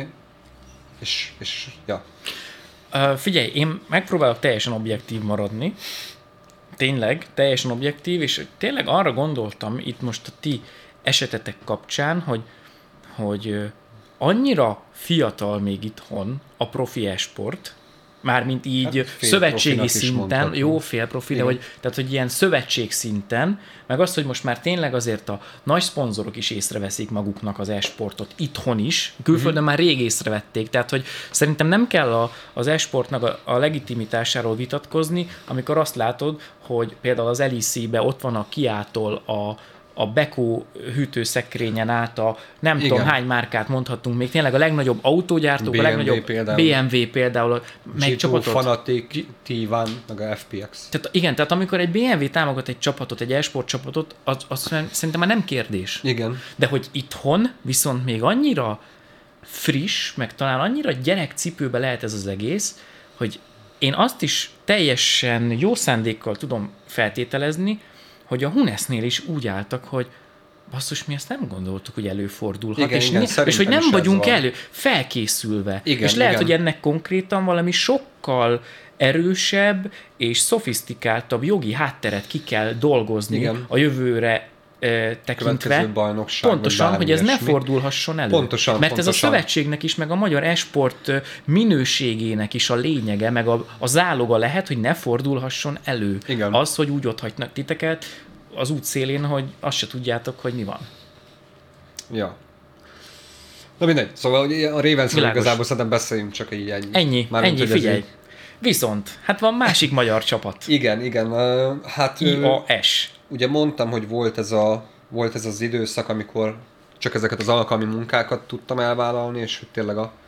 és, és ja. Uh, figyelj, én megpróbálok teljesen objektív maradni. Tényleg, teljesen objektív, és tényleg arra gondoltam itt most a ti esetetek kapcsán, hogy, hogy annyira fiatal még itthon a profi e-sport, mármint így hát szövetségi szinten, jó, fél profi, de hogy, tehát, hogy ilyen szövetség szinten, meg azt, hogy most már tényleg azért a nagy szponzorok is észreveszik maguknak az e-sportot itthon is, külföldön uh-huh. már rég észrevették, tehát hogy szerintem nem kell a, az e-sportnak a, a legitimitásáról vitatkozni, amikor azt látod, hogy például az el i cé-be ott van a Kia-tól a a Beko hűtőszekrényen át a nem Igen. tudom hány márkát mondhatunk még, tényleg a legnagyobb autógyártók, bé em vé a legnagyobb például. bé em vé például, meg csapatot. Fanatic, té egy, meg a ef pé iksz. Tehát, igen, tehát amikor egy bé em vé támogat egy csapatot, egy e-sport csapatot, az, az szerintem már nem kérdés. Igen. De hogy itthon viszont még annyira friss, meg talán annyira gyerekcipőbe lehet ez az egész, hogy én azt is teljesen jó szándékkal tudom feltételezni, hogy a Hunesznél is úgy álltak, hogy basszus, mi ezt nem gondoltuk, hogy előfordulhat, igen, és, igen, mi, és hogy nem vagyunk elő, felkészülve. Igen, és lehet, igen. hogy ennek konkrétan valami sokkal erősebb és szofisztikáltabb jogi hátteret ki kell dolgozni igen. a jövőre e, tekintve. Pontosan, hogy ez ne fordulhasson elő. Pontosan, Mert pontosan. ez a szövetségnek is, meg a magyar e-sport minőségének is a lényege, meg a, a záloga lehet, hogy ne fordulhasson elő. Igen. Az, hogy úgy ott hagynak titeket az út szélén, hogy azt se tudjátok, hogy mi van. Ja. Na mindegy, szóval a Ravensről igazából szerintem beszéljünk csak így ennyi. Ennyi, Már ennyi, mint, figyelj. Ez... Viszont, hát van másik magyar csapat. Igen, igen. Uh, hát... I A S. Ugye mondtam, hogy volt ez, a, volt ez az időszak, amikor csak ezeket az alkalmi munkákat tudtam elvállalni, és hogy tényleg a...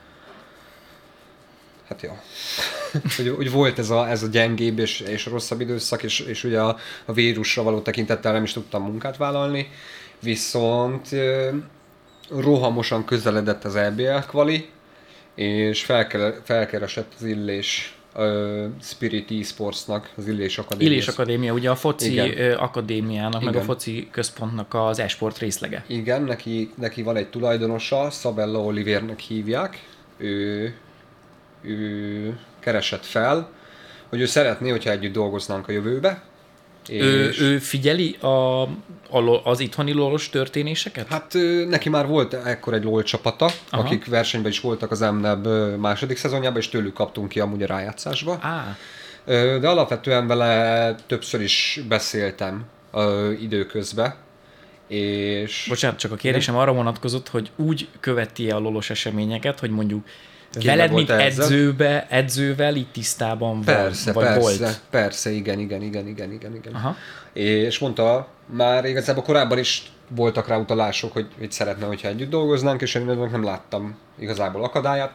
Hát jó. hogy, hogy volt ez a, ez a gyengébb és, és rosszabb időszak, és, és ugye a, a vírusra való tekintettel nem is tudtam munkát vállalni. Viszont uh, rohamosan közeledett az é bé el kvali, és felke, felkeresett az Illés uh, Spirit eSportsnak, az Illés Akadémia. Illés Akadémia, ugye a foci Igen. akadémiának, Igen. meg a foci központnak az e-sport részlege. Igen, neki, neki van egy tulajdonosa, Szabella Olivérnek hívják, ő, ő keresett fel, hogy ő szeretné, hogyha együtt dolgoznánk a jövőbe. Ő, ő figyeli a, a, az itthoni lolos történéseket? Hát neki már volt ekkor egy LOL csapata, aha, akik versenyben is voltak az EMNEB második szezonjában, és tőlük kaptunk ki amúgy a rájátszásba. Á. De alapvetően vele többször is beszéltem időközben. És... Bocsánat, csak a kérdésem arra vonatkozott, hogy úgy követi a lolos eseményeket, hogy mondjuk Kéne veled, mint ezzel? edzőbe, edzővel így tisztában persze, van, vagy persze, volt? Persze, igen, igen, igen, igen, igen, igen. Aha. És mondta, már igazából korábban is voltak rá utalások, hogy, hogy szeretne, hogyha együtt dolgoznánk, és én nem láttam igazából akadályát.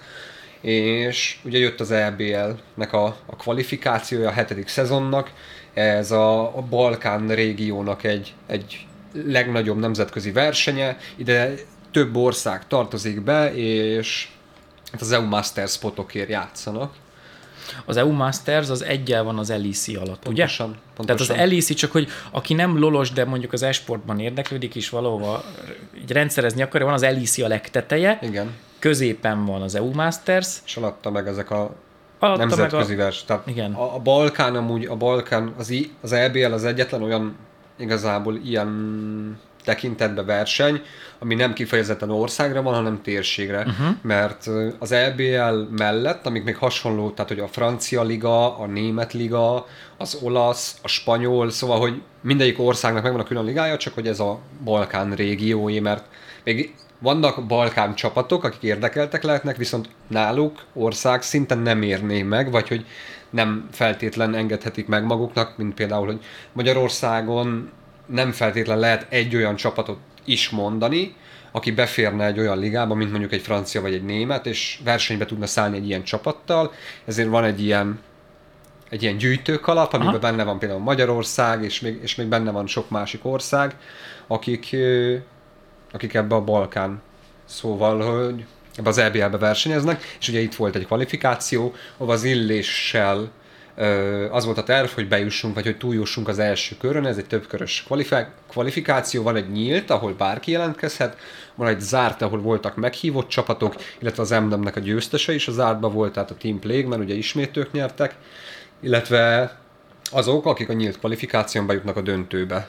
És ugye jött az é bé el-nek a, a kvalifikációja a hetedik szezonnak, ez a, a Balkán régiónak egy, egy legnagyobb nemzetközi versenye, ide több ország tartozik be, és az é u Masters spotokért játszanak. Az é u Masters az egyel van az el í cé alatt, Pontosan, ugye? pontosan. Tehát az el í cé csak, hogy aki nem lolos, de mondjuk az e-sportban érdeklődik is valahova így rendszerezni akarja, van az el í cé a legteteje, igen, középen van az é u Masters, és alatta meg ezek a alatta nemzetközi meg a... vers. Tehát igen. a, a Balkán amúgy, a Balkán, az, I, az é bé el az egyetlen olyan igazából ilyen tekintetbe verseny, ami nem kifejezetten országra van, hanem térségre. Uh-huh. Mert az é bé el mellett, amik még hasonló, tehát hogy a francia liga, a német liga, az olasz, a spanyol, szóval, hogy mindegyik országnak megvan a külön ligája, csak hogy ez a Balkán régiói, mert még vannak Balkán csapatok, akik érdekeltek lehetnek, viszont náluk ország szinten nem érné meg, vagy hogy nem feltétlen engedhetik meg maguknak, mint például, hogy Magyarországon nem feltétlen lehet egy olyan csapatot is mondani, aki beférne egy olyan ligába, mint mondjuk egy francia vagy egy német, és versenybe tudna szállni egy ilyen csapattal, ezért van egy ilyen, egy ilyen gyűjtőkalap, amiben aha, benne van például Magyarország, és még, és még benne van sok másik ország, akik, akik ebbe a Balkán, szóval, hogy ebbe az é bé el-be versenyeznek, és ugye itt volt egy kvalifikáció, ahol az Illéssel az volt a terv, hogy bejussunk, vagy hogy túljussunk az első körön, ez egy többkörös kvalifikáció, van egy nyílt, ahol bárki jelentkezhet, van egy zárt, ahol voltak meghívott csapatok, illetve az EMNEB-nek a győztese is a zártban volt, tehát a Team Plague, mert ugye ismét ők nyertek, illetve azok, akik a nyílt kvalifikáción bejutnak a döntőbe.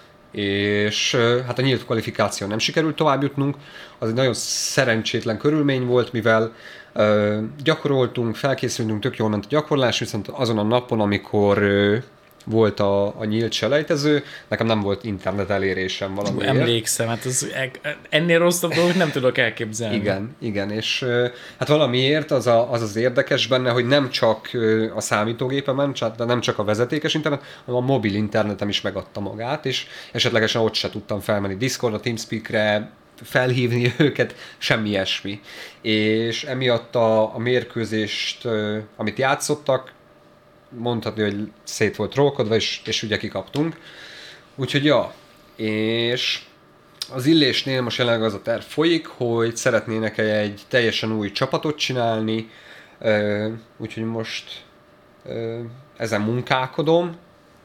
És hát a nyílt kvalifikáción nem sikerült tovább jutnunk, az egy nagyon szerencsétlen körülmény volt, mivel uh, gyakoroltunk, felkészültünk, tök jól ment a gyakorlás, viszont azon a napon, amikor uh, volt a, a nyílt selejtező, nekem nem volt internet elérésem valamiért. Emlékszem, hát ez, ennél rosszabb dolgot nem tudok elképzelni. Igen, igen, és uh, hát valamiért az, a, az az érdekes benne, hogy nem csak uh, a számítógépemen, de nem csak a vezetékes internet, hanem a mobil internetem is megadta magát, és esetlegesen ott se tudtam felmenni Discordra, TeamSpeak-re, felhívni őket, semmi ilyesmi. És emiatt a, a mérkőzést, uh, amit játszottak, mondhatni, hogy szét volt trollkodva, és, és ugye kikaptunk. Úgyhogy ja, és az Illésnél most jelenleg az a terv folyik, hogy szeretnének egy teljesen új csapatot csinálni, úgyhogy most ezen munkálkodom,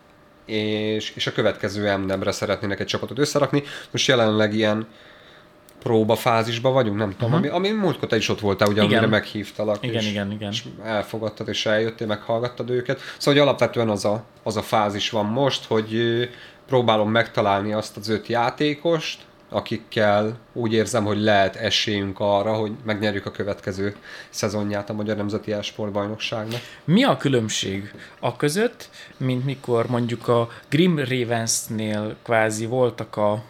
és, és a következő em neb-re szeretnének egy csapatot összerakni. Most jelenleg ilyen próbafázisban vagyunk, nem tudom, uh-huh. ami, ami múltkor te is ott voltál, ugye, amire meghívtalak, igen, és, igen, igen. és elfogadtad, és eljöttél, meghallgattad őket. Szóval, hogy alapvetően az a, az a fázis van most, hogy próbálom megtalálni azt az öt játékost, akikkel úgy érzem, hogy lehet esélyünk arra, hogy megnyerjük a következő szezonját a Magyar Nemzeti E-sportbajnokságnak. Mi a különbség a között, mint mikor mondjuk a Grim Ravensnél kvázi voltak a,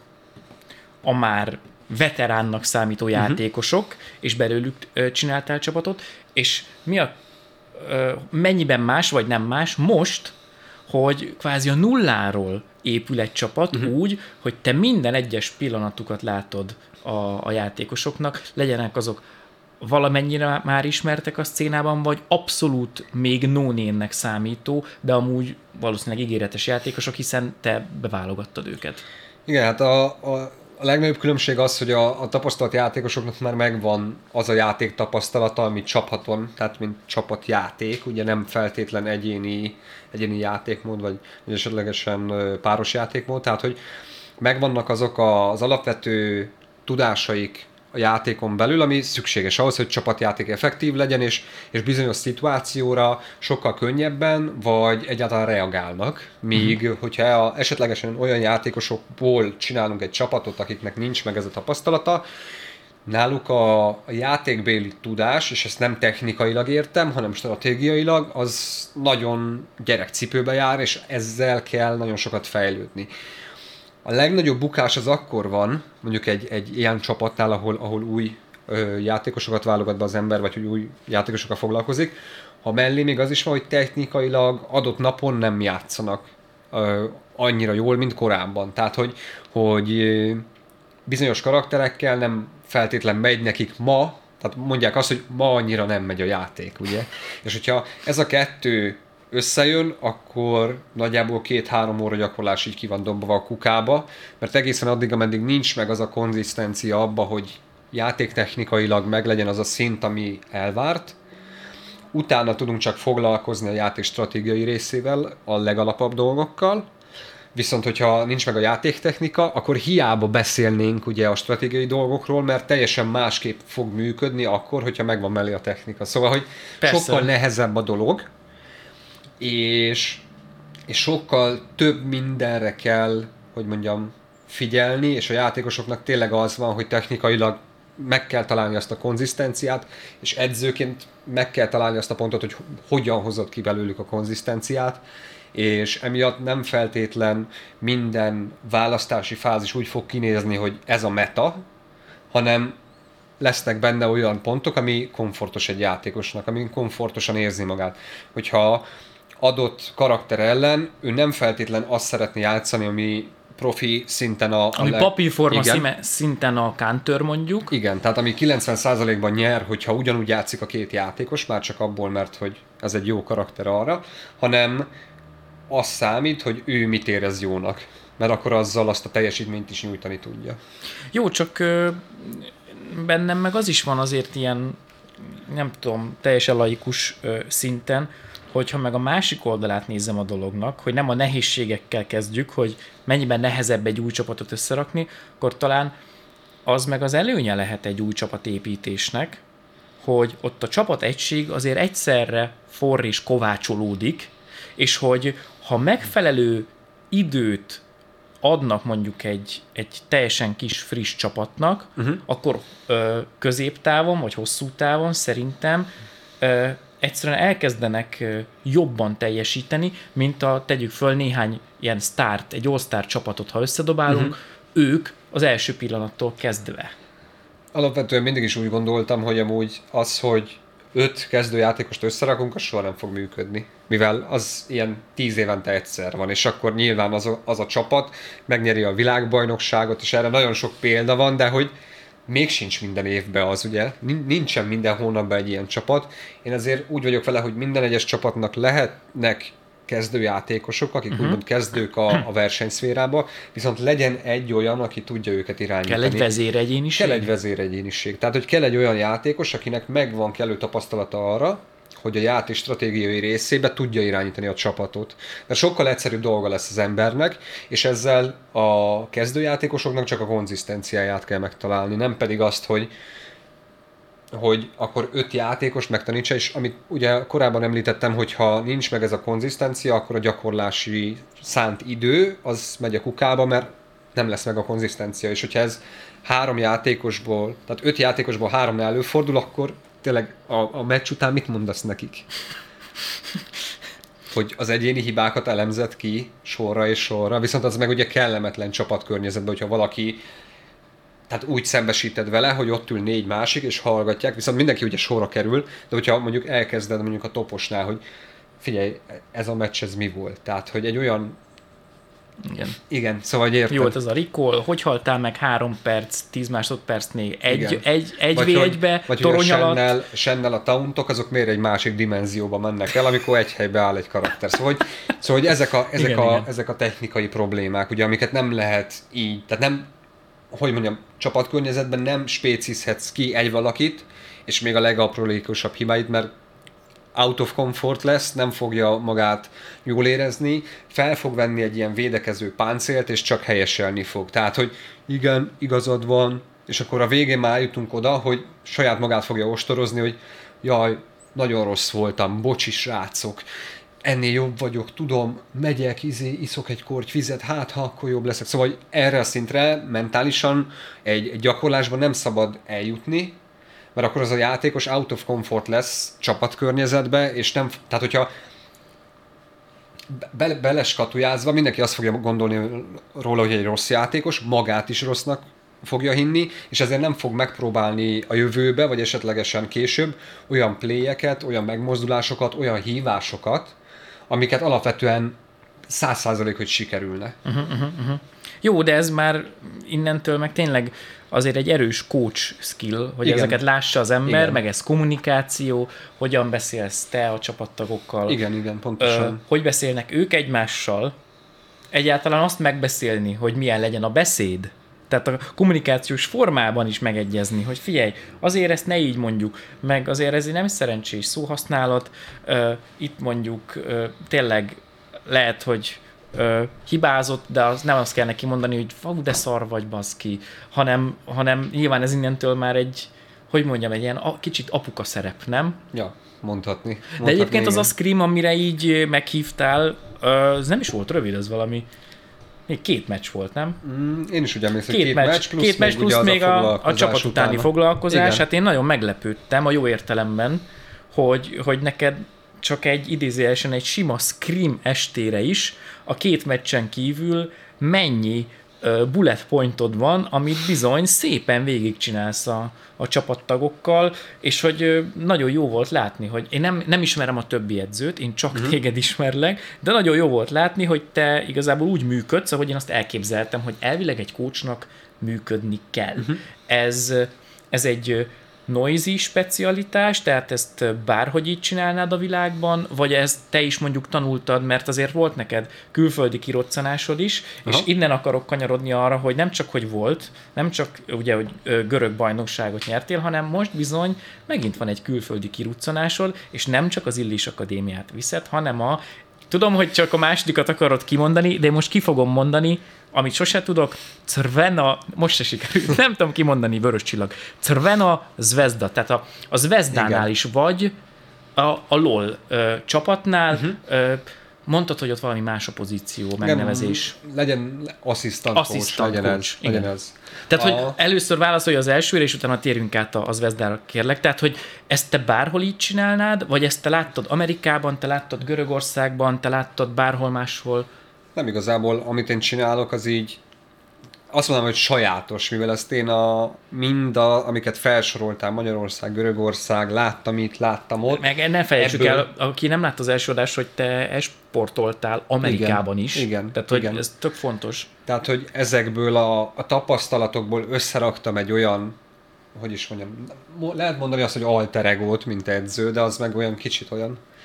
a már veteránnak számító uh-huh. játékosok, és belőlük ö, csináltál csapatot, és mi a, ö, mennyiben más, vagy nem más most, hogy kvázi a nulláról épül egy csapat uh-huh. úgy, hogy te minden egyes pillanatukat látod a, a játékosoknak, legyenek azok valamennyire már ismertek a szcénában, vagy abszolút még no-name-nek számító, de amúgy valószínűleg ígéretes játékosok, hiszen te beválogattad őket. Igen, hát a, a, a legnagyobb különbség az, hogy a, a tapasztalt játékosoknak már megvan az a játék tapasztalata, ami csaphaton, tehát mint csapatjáték, ugye nem feltétlen egyéni, egyéni játékmód, vagy, vagy esetlegesen páros játékmód, tehát hogy megvannak azok az alapvető tudásaik a játékon belül, ami szükséges ahhoz, hogy csapatjáték effektív legyen, és, és bizonyos szituációra sokkal könnyebben, vagy egyáltalán reagálnak, míg uh-huh. hogyha esetlegesen olyan játékosokból csinálunk egy csapatot, akiknek nincs meg ez a tapasztalata, náluk a, a játékbéli tudás, és ezt nem technikailag értem, hanem stratégiailag, az nagyon gyerekcipőbe jár, és ezzel kell nagyon sokat fejlődni. A legnagyobb bukás az akkor van, mondjuk egy, egy ilyen csapatnál, ahol, ahol új ö, játékosokat válogat be az ember, vagy hogy új játékosokkal foglalkozik, ha mellé még az is van, hogy technikailag adott napon nem játszanak ö, annyira jól, mint korábban. Tehát, hogy, hogy ö, bizonyos karakterekkel nem feltétlen megy nekik ma, tehát mondják azt, hogy ma annyira nem megy a játék, ugye? És hogyha ez a kettő összejön, akkor nagyjából két-három óra gyakorlás így ki van dobva a kukába, mert egészen addig, ameddig nincs meg az a konzisztencia abba, hogy játéktechnikailag meglegyen az a szint, ami elvárt, utána tudunk csak foglalkozni a játék stratégiai részével, a legalapabb dolgokkal, viszont hogyha nincs meg a játéktechnika, akkor hiába beszélnénk ugye a stratégiai dolgokról, mert teljesen másképp fog működni akkor, hogyha megvan mellé a technika. Szóval, hogy persze, sokkal nehezebb a dolog, és, és sokkal több mindenre kell, hogy mondjam, figyelni, és a játékosoknak tényleg az van, hogy technikailag meg kell találni azt a konzisztenciát, és edzőként meg kell találni azt a pontot, hogy hogyan hozott ki belőlük a konzisztenciát, és emiatt nem feltétlen minden választási fázis úgy fog kinézni, hogy ez a meta, hanem lesznek benne olyan pontok, ami komfortos egy játékosnak, ami komfortosan érzi magát. Hogyha adott karakter ellen ő nem feltétlen azt szeretné játszani, ami profi szinten a... Ami a leg... papírforma szíme, szinten a counter mondjuk. Igen, tehát ami kilencven százalékban nyer, hogyha ugyanúgy játszik a két játékos, már csak abból, mert hogy ez egy jó karakter arra, hanem az számít, hogy ő mit érez jónak, mert akkor azzal azt a teljesítményt is nyújtani tudja. Jó, csak ö, bennem meg az is van azért ilyen, nem tudom, teljesen laikus ö, szinten, hogyha meg a másik oldalát nézem a dolognak, hogy nem a nehézségekkel kezdjük, hogy mennyiben nehezebb egy új csapatot összerakni, akkor talán az meg az előnye lehet egy új csapatépítésnek, hogy ott a csapategység azért egyszerre forr és kovácsolódik, és hogy ha megfelelő időt adnak mondjuk egy, egy teljesen kis friss csapatnak, uh-huh. akkor ö, középtávon vagy hosszú távon szerintem ö, egyszerűen elkezdenek jobban teljesíteni, mint a tegyük föl néhány ilyen sztárt, egy all-star csapatot, ha összedobálunk, uh-huh. ők az első pillanattól kezdve. Alapvetően mindig is úgy gondoltam, hogy amúgy az, hogy öt kezdőjátékost összerakunk, az soha nem fog működni. Mivel az ilyen tíz évente egyszer van, és akkor nyilván az a, az a csapat megnyeri a világbajnokságot, és erre nagyon sok példa van, de hogy még sincs minden évben az, ugye? Nincsen minden hónapban egy ilyen csapat. Én azért úgy vagyok vele, hogy minden egyes csapatnak lehetnek kezdőjátékosok, akik uh-huh. úgymond kezdők a, a versenyszférába, viszont legyen egy olyan, aki tudja őket irányítani. Kell egy vezéregyéniség? Kell egy vezéregyéniség. Tehát, hogy kell egy olyan játékos, akinek megvan kellő tapasztalata arra, hogy a játék stratégiai részébe tudja irányítani a csapatot. Mert sokkal egyszerűbb dolga lesz az embernek, és ezzel a kezdőjátékosoknak csak a konzisztenciáját kell megtalálni, nem pedig azt, hogy hogy akkor öt játékos megtanítsa, és amit ugye korábban említettem, hogy ha nincs meg ez a konzisztencia, akkor a gyakorlási szánt idő, az megy a kukába, mert nem lesz meg a konzisztencia, és hogyha ez három játékosból, tehát öt játékosból háromnál előfordul, akkor tényleg a, a meccs után mit mondasz nekik? Hogy az egyéni hibákat elemzed ki sorra és sorra, viszont az meg ugye kellemetlen csapatkörnyezetben, hogyha valaki tehát úgy szembesíted vele, hogy ott ül négy másik, és hallgatják, viszont mindenki ugye sorra kerül, de hogyha mondjuk elkezded mondjuk a toposnál, hogy figyelj, ez a meccs, ez mi volt? Tehát, hogy egy olyan... Igen. Igen, szóval érted. Jó, ez a recall, hogy haltál meg három perc, tíz másodpercnél egy, Igen. egy, egy vagy vé hogy, egybe, vagy torony hogy a alatt. Shannel, Shannel a tauntok, azok miért egy másik dimenzióba mennek el, amikor egy helybe áll egy karakter. Szóval, hogy, szóval, hogy ezek, a, ezek, igen, a, igen. ezek a technikai problémák, ugye, amiket nem lehet így, tehát nem, hogy mondjam, csapatkörnyezetben nem spécizhetsz ki egy valakit, és még a legaprólékosabb hibáit, mert out of comfort lesz, nem fogja magát jól érezni, fel fog venni egy ilyen védekező páncélt, és csak helyeselni fog. Tehát, hogy igen, igazad van, és akkor a végén már jutunk oda, hogy saját magát fogja ostorozni, hogy jaj, nagyon rossz voltam, bocsi srácok, ennél jobb vagyok, tudom, megyek, izé, iszok egy korty vizet, hát ha akkor jobb leszek. Szóval erre a szintre mentálisan egy, egy gyakorlásban nem szabad eljutni, mert akkor az a játékos out of comfort lesz csapatkörnyezetbe, és nem, tehát hogyha be, beleskatujázva mindenki azt fogja gondolni róla, hogy egy rossz játékos, magát is rossznak fogja hinni, és ezért nem fog megpróbálni a jövőbe, vagy esetlegesen később olyan playeket, olyan megmozdulásokat, olyan hívásokat, amiket alapvetően száz százalék, hogy sikerülne. Uh-huh, uh-huh, uh-huh. Jó, de ez már innentől meg tényleg azért egy erős coach skill, hogy igen. ezeket lássa az ember, igen. meg ez kommunikáció, hogyan beszélsz te a csapattagokkal. Igen, igen, pontosan. Ö, hogy beszélnek ők egymással, egyáltalán azt megbeszélni, hogy milyen legyen a beszéd. Tehát a kommunikációs formában is megegyezni, hogy figyelj, azért ezt ne így mondjuk, meg azért ez nem szerencsés szóhasználat, uh, itt mondjuk uh, tényleg lehet, hogy uh, hibázott, de az, nem azt kell neki mondani, hogy fú, de szar vagy, baszki, hanem, hanem nyilván ez innentől már egy, hogy mondjam, egy ilyen a, kicsit apuka szerep, nem? Ja, mondhatni. mondhatni de egyébként igen. az a scream, amire így meghívtál, uh, ez nem is volt rövid, ez valami... Még két meccs volt, nem? Mm, én is úgy emlékszem, két, két meccs, meccs plusz két meccs plusz még, még a, a, a csapat utáni utána. foglalkozás. Igen. Hát én nagyon meglepődtem a jó értelemben, hogy, hogy neked csak egy idézőjelesen egy sima scream estére is a két meccsen kívül mennyi uh, bullet pointod van, amit bizony szépen végigcsinálsz a, a csapattagokkal, és hogy uh, nagyon jó volt látni, hogy én nem, nem ismerem a többi edzőt, én csak uh-huh. téged ismerlek, de nagyon jó volt látni, hogy te igazából úgy működsz, ahogy én azt elképzeltem, hogy elvileg egy coachnak működni kell. Uh-huh. Ez, ez egy noisy specialitás, tehát ezt bárhogy így csinálnád a világban, vagy ezt te is mondjuk tanultad, mert azért volt neked külföldi kiroccanásod is, aha. és innen akarok kanyarodni arra, hogy nem csak hogy volt, nem csak ugye, hogy görög bajnokságot nyertél, hanem most bizony megint van egy külföldi kiroccanásod, és nem csak az Illis Akadémiát viszed, hanem a tudom, hogy csak a másodikat akarod kimondani, de most ki fogom mondani, amit sose tudok, Crvena, most se sikerült, nem tudom kimondani, vörös csillag, Crvena Zvezda, tehát a, a Zvezdánál igen. is vagy, a, a LOL ö, csapatnál, uh-huh. ö, mondtad, hogy ott valami más a pozíció, megnevezés. Nem, legyen asszisztant coach, asszisztant legyen, coach, ez, legyen ez. Tehát, a... hogy először válaszolj az elsőre, és utána térjünk át a Zvezdára, kérlek. Tehát, hogy ezt te bárhol így csinálnád, vagy ezt te láttad Amerikában, te láttad Görögországban, te láttad bárhol máshol? Nem igazából, amit én csinálok, az így azt mondom, hogy sajátos, mivel ezt én a mind, a, amiket felsoroltál, Magyarország, Görögország, láttam itt, láttam ott. Meg ne felejtsük ebből... el, aki nem látta az első adást, hogy te esportoltál Amerikában igen, is. Igen, Tehát, hogy igen. ez tök fontos. Tehát, hogy ezekből a, a tapasztalatokból összeraktam egy olyan, hogy is mondjam, lehet mondani azt, hogy alter egót, mint edző, de az meg olyan kicsit olyan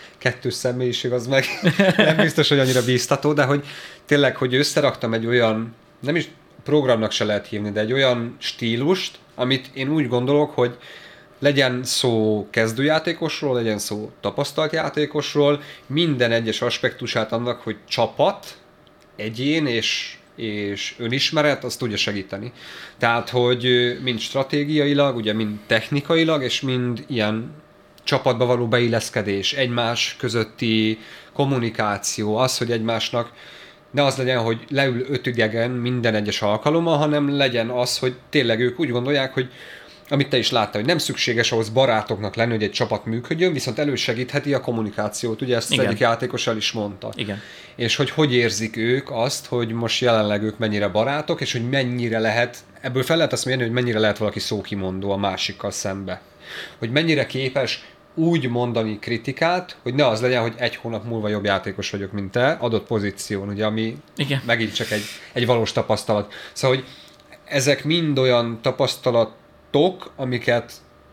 kettős személyiség az meg nem biztos, hogy annyira bíztató, de hogy tényleg, hogy összeraktam egy olyan, nem is programnak se lehet hívni, de egy olyan stílust, amit én úgy gondolok, hogy legyen szó kezdőjátékosról, legyen szó tapasztalt játékosról, minden egyes aspektusát annak, hogy csapat, egyén és, és önismeret, az tudja segíteni. Tehát, hogy mind stratégiailag, ugye mind technikailag, és mind ilyen csapatba való beilleszkedés, egymás közötti kommunikáció, az, hogy egymásnak ne az legyen, hogy leül öt idegen minden egyes alkalommal, hanem legyen az, hogy tényleg ők úgy gondolják, hogy amit te is láttál, hogy nem szükséges ahhoz barátoknak lenni, hogy egy csapat működjön, viszont elősegítheti a kommunikációt. Ugye ezt az egyik játékos el is mondta. Igen. És hogy hogy érzik ők azt, hogy most jelenleg ők mennyire barátok, és hogy mennyire lehet, ebből fel lehet azt mérni, hogy mennyire lehet valaki szókimondó a másikkal szembe. Hogy mennyire képes úgy mondani kritikát, hogy ne az legyen, hogy egy hónap múlva jobb játékos vagyok, mint te, adott pozíción, ugye, ami Igen. megint csak egy, egy valós tapasztalat. Szóval, hogy ezek mind olyan tapasztalatok, amiket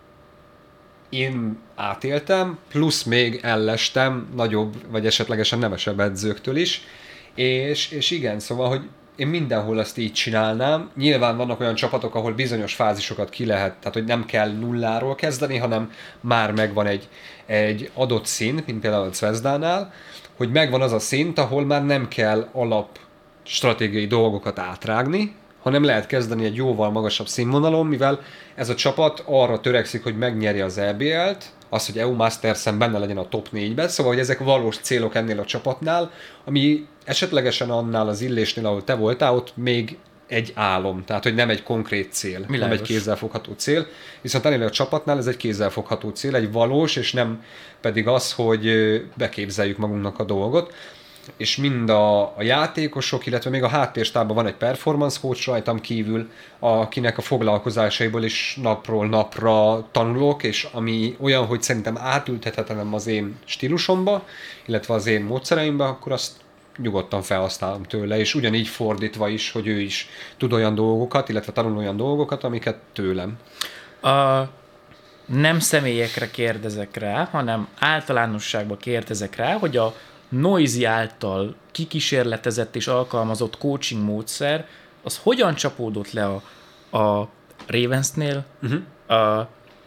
én átéltem, plusz még ellestem nagyobb, vagy esetlegesen nevesebb edzőktől is, és, és igen, szóval, hogy én mindenhol ezt így csinálnám. Nyilván vannak olyan csapatok, ahol bizonyos fázisokat ki lehet, tehát hogy nem kell nulláról kezdeni, hanem már megvan egy, egy adott szint, mint például a Zvezdánál, hogy megvan az a szint, ahol már nem kell alap stratégiai dolgokat átrágni, hanem lehet kezdeni egy jóval magasabb színvonalon, mivel ez a csapat arra törekszik, hogy megnyerje az é bé el-t, az, hogy é u Masters-en benne legyen a top négyben, szóval, hogy ezek valós célok ennél a csapatnál, ami esetlegesen annál az Illésnél, ahol te voltál, ott még egy álom, tehát, hogy nem egy konkrét cél, Milágos. nem egy kézzelfogható cél, viszont ennél a csapatnál ez egy kézzelfogható cél, egy valós, és nem pedig az, hogy beképzeljük magunknak a dolgot, és mind a, a játékosok, illetve még a háttérstábban van egy performance coach rajtam kívül, akinek a foglalkozásaiból is napról napra tanulok, és ami olyan, hogy szerintem átültethetem az én stílusomba, illetve az én módszereimbe, akkor azt nyugodtan felhasználom tőle, és ugyanígy fordítva is, hogy ő is tud olyan dolgokat, illetve tanul olyan dolgokat, amiket tőlem. A, nem személyekre kérdezek rá, hanem általánosságban kérdezek rá, hogy a Noisy által kikísérletezett és alkalmazott coaching módszer, az hogyan csapódott le a, a Ravensnél, uh-huh. a,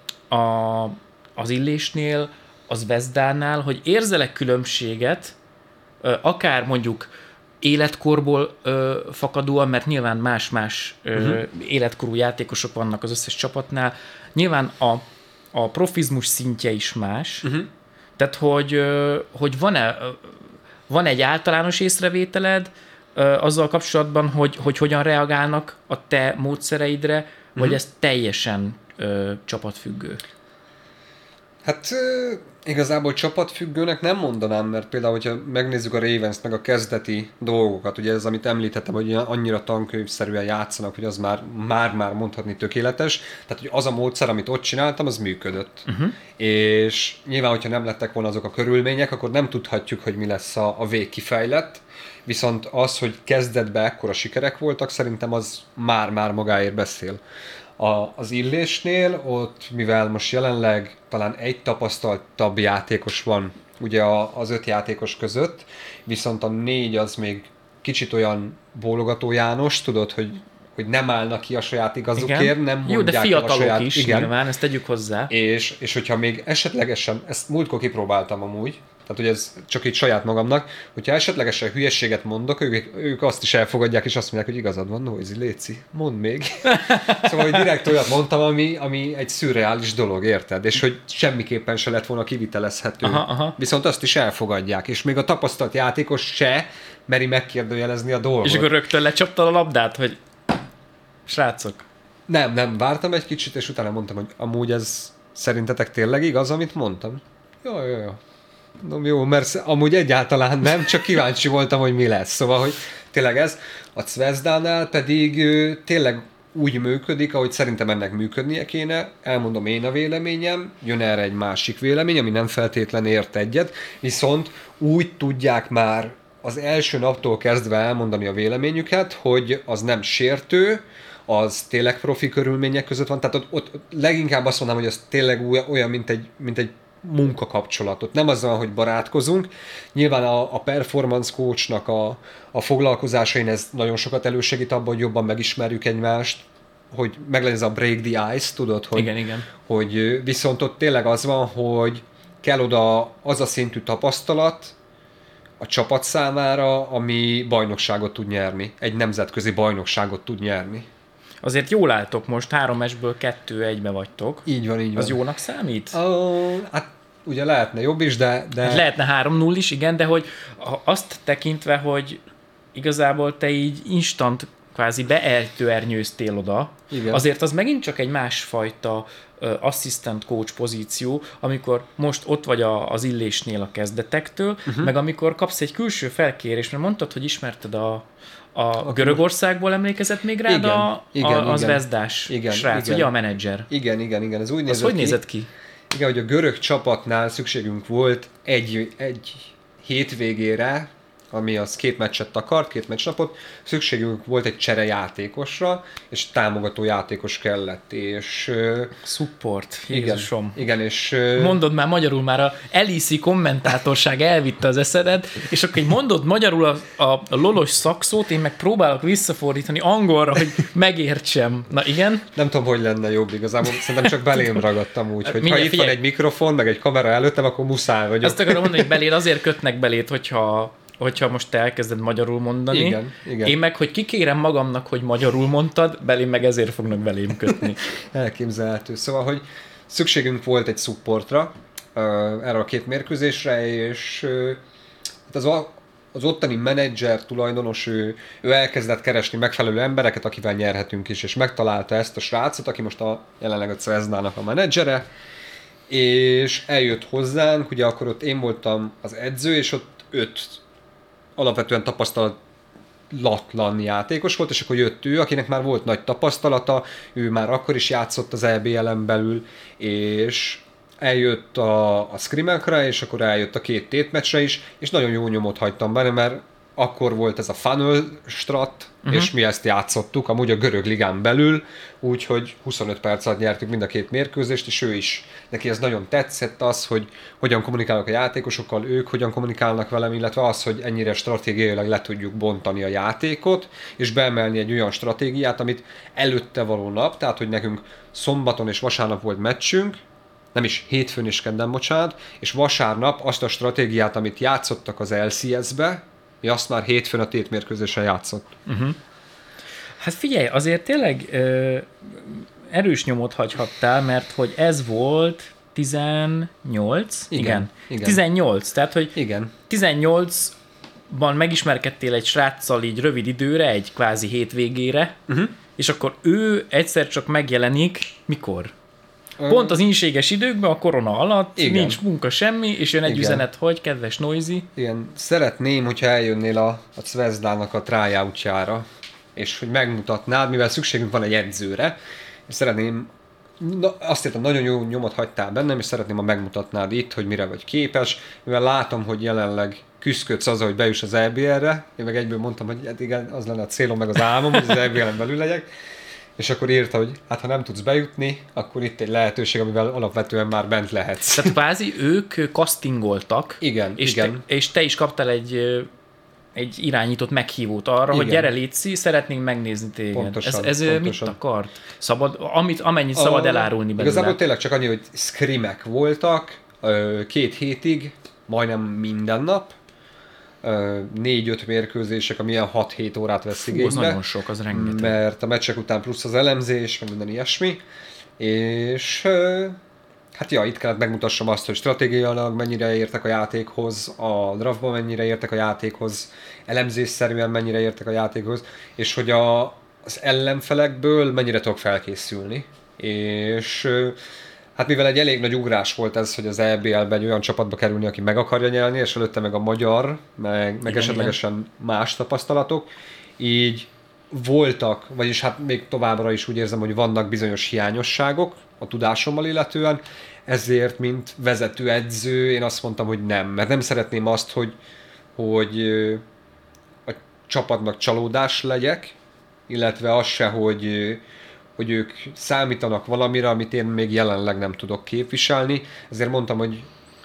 a, az Illésnél, az Zvezdánál, hogy érzelek különbséget, akár mondjuk életkorból ö, fakadóan, mert nyilván más-más ö, uh-huh. életkorú játékosok vannak az összes csapatnál, nyilván a, a profizmus szintje is más, uh-huh. Tehát, hogy, hogy van-e, van egy általános észrevételed azzal kapcsolatban, hogy, hogy hogyan reagálnak a te módszereidre, uh-huh. vagy ez teljesen ö, csapatfüggő? Hát igazából csapatfüggőnek nem mondanám, mert például, hogyha megnézzük a Ravens-t, meg a kezdeti dolgokat, ugye ez, amit említettem, hogy annyira tankönyvszerűen játszanak, hogy az már, már-már mondhatni tökéletes, tehát hogy az a módszer, amit ott csináltam, az működött. Uh-huh. És nyilván, hogyha nem lettek volna azok a körülmények, akkor nem tudhatjuk, hogy mi lesz a, a vég kifejlett, viszont az, hogy kezdetben ekkora sikerek voltak, szerintem az már-már magáért beszél. A, az Illésnél ott, mivel most jelenleg talán egy tapasztaltabb játékos van ugye a, az öt játékos között, viszont a négy az még kicsit olyan bólogató János, tudod, hogy, hogy nem állnak ki a saját igazukért, igen. nem mondják Jó, de fiatalok a saját, is, igen. nyilván, ezt tegyük hozzá. És, és hogyha még esetlegesen, ezt múltkor kipróbáltam amúgy, tehát hogy ez csak így saját magamnak, hogyha esetlegesen hülyességet mondok, ők, ők azt is elfogadják, és azt mondják, hogy igazad van, Noisy, léci, mondd még. Szóval, hogy direkt olyat mondtam, ami, ami egy szürreális dolog, érted? És hogy semmiképpen se lett volna kivitelezhető. Aha, aha. Viszont azt is elfogadják, és még a tapasztalt játékos se meri megkérdőjelezni a dolgot. És akkor rögtön lecsaptad a labdát, hogy srácok. Nem, nem, vártam egy kicsit, és utána mondtam, hogy amúgy ez szerintetek tényleg igaz, amit mondtam? Jó, jó, jó. No, jó, mert amúgy egyáltalán nem, csak kíváncsi voltam, hogy mi lesz. Szóval, hogy tényleg ez. A Zvezdánál pedig ö, tényleg úgy működik, ahogy szerintem ennek működnie kéne. Elmondom én a véleményem, jön erre egy másik vélemény, ami nem feltétlen ért egyet, viszont úgy tudják már az első naptól kezdve elmondani a véleményüket, hogy az nem sértő, az tényleg profi körülmények között van, tehát ott, ott leginkább azt mondanám, hogy az tényleg olyan, mint egy, mint egy munkakapcsolatot. Nem azzal, hogy barátkozunk. Nyilván a, a performance coachnak a, a foglalkozásain ez nagyon sokat elősegít abban, hogy jobban megismerjük egymást, hogy meg legyen ez a break the ice, tudod, hogy, igen, igen. hogy viszont ott tényleg az van, hogy kell oda az a szintű tapasztalat a csapat számára, ami bajnokságot tud nyerni. Egy nemzetközi bajnokságot tud nyerni. Azért jól álltok most, három meccsből kettő egybe vagytok. Így van, így van. Az jónak számít? Uh, hát ugye lehetne jobb is, de... de... Hát lehetne három null is, igen, de hogy azt tekintve, hogy igazából te így instant kvázi beejtőernyőztél oda, igen. Azért az megint csak egy másfajta uh, assistant coach pozíció, amikor most ott vagy a, az illésnél a kezdetektől, uh-huh. meg amikor kapsz egy külső felkérést, mert mondtad, hogy ismerted a A Görögországból emlékezett még rád igen, a, igen, a, az igen. Vezdás igen, srác, igen. ugye a menedzser? Igen, igen, igen. Ez úgy az nézett hogy ki, nézett ki? Igen, hogy a görög csapatnál szükségünk volt egy, egy hétvégére, ami az két meccset takart, két meccsnapot, szükségünk volt egy cserejátékosra, és támogató játékos kellett, és... Support, igen, Jézusom. Igen, és... Mondod már magyarul, már a Elisi kommentátorság elvitte az eszedet, és akkor így mondod magyarul a, a, a lolos szakszót, én meg próbálok visszafordítani angolra, hogy megértsem. Na igen? Nem tudom, hogy lenne jobb igazából, szerintem csak belém ragadtam úgy, hogy ha itt figyelj. van egy mikrofon, meg egy kamera előttem, akkor muszáj vagyok. Azt akarom mondani, hogy beléd azért kötnek beléd, hogyha hogyha most te elkezded magyarul mondani. Igen, igen. Én meg, hogy kikérem magamnak, hogy magyarul mondtad, belém meg ezért fognak belém kötni. Elképzelhető. Szóval, hogy szükségünk volt egy supportra uh, erre a két mérkőzésre, és uh, az, a, az ottani menedzser, tulajdonos, ő, ő elkezdett keresni megfelelő embereket, akivel nyerhetünk is, és megtalálta ezt a srácot, aki most a, jelenleg a Zvezdának a menedzsere, és eljött hozzánk, ugye akkor ott én voltam az edző, és ott öt alapvetően tapasztalatlan játékos volt, és akkor jött ő, akinek már volt nagy tapasztalata, ő már akkor is játszott az é bé el-en belül, és eljött a, a scrimekre, és akkor eljött a két tétmeccsre is, és nagyon jó nyomot hagytam benne, mert akkor volt ez a funnel strat, uh-huh. és mi ezt játszottuk, amúgy a görög ligán belül, úgyhogy huszonöt perc alatt nyertük mind a két mérkőzést, és ő is. Neki ez nagyon tetszett az, hogy hogyan kommunikálok a játékosokkal, ők hogyan kommunikálnak velem, illetve az, hogy ennyire stratégiailag le tudjuk bontani a játékot, és beemelni egy olyan stratégiát, amit előtte való nap, tehát hogy nekünk szombaton és vasárnap volt meccsünk, nem is hétfőn és kedden, bocsánat, és vasárnap azt a stratégiát, amit játszottak az el cé es-be, mi azt már hétfőn a tétmérkőzésen játszott. Uh-huh. Hát figyelj, azért tényleg ö, erős nyomot hagyhattál, mert hogy ez volt tizennyolc? Igen, igen. igen. tizennyolc, tehát hogy igen. tizennyolcban megismerkedtél egy sráccal így rövid időre, egy kvázi hétvégére, uh-huh. és akkor ő egyszer csak megjelenik, mikor? Pont az ínséges időkben, a korona alatt, igen. nincs munka semmi, és jön egy igen. üzenet, hogy kedves Noisy. Igen, szeretném, hogyha eljönnél a, a Zvezdának a tryoutjára, és hogy megmutatnád, mivel szükségünk van egy edzőre, és szeretném, na, azt értem, nagyon jó nyomot hagytál bennem, és szeretném, ha megmutatnád itt, hogy mire vagy képes, mivel látom, hogy jelenleg küzdködsz azzal, hogy bejuss az é bé el-re, én meg egyből mondtam, hogy hát igen, az lenne a célom, meg az álmom, hogy az é bé el-en belül legyek. És akkor írta, hogy hát ha nem tudsz bejutni, akkor itt egy lehetőség, amivel alapvetően már bent lehetsz. Tehát kvázi ők castingoltak, igen, és, igen. Te, és te is kaptál egy, egy irányított meghívót arra, igen. hogy gyere létszi, szeretnénk megnézni téged. Pontosan, ez ez pontosan. mit akart? Szabad, amit, amennyit szabad a, elárulni belőle. Igazából tényleg csak annyi, hogy scrimek voltak, két hétig, majdnem minden nap, négy-öt mérkőzések, ami ilyen hat-hét órát vesz igénybe. Az nagyon sok, az rengeteg. Mert a meccsek után plusz az elemzés, meg minden ilyesmi, és hát ja, itt kellett megmutassam azt, hogy stratégiailag mennyire értek a játékhoz, a draftban mennyire értek a játékhoz, elemzésszerűen mennyire értek a játékhoz, és hogy a, az ellenfelekből mennyire tudok felkészülni. És hát mivel egy elég nagy ugrás volt ez, hogy az é bé el-ben egy olyan csapatba kerülni, aki meg akarja nyerni, és előtte meg a magyar, meg, meg igen, esetlegesen igen. más tapasztalatok, így voltak, vagyis hát még továbbra is úgy érzem, hogy vannak bizonyos hiányosságok a tudásommal illetően, ezért, mint vezetőedző, én azt mondtam, hogy nem, mert nem szeretném azt, hogy, hogy a csapatnak csalódás legyek, illetve az se, hogy hogy ők számítanak valamire, amit én még jelenleg nem tudok képviselni. Ezért mondtam, hogy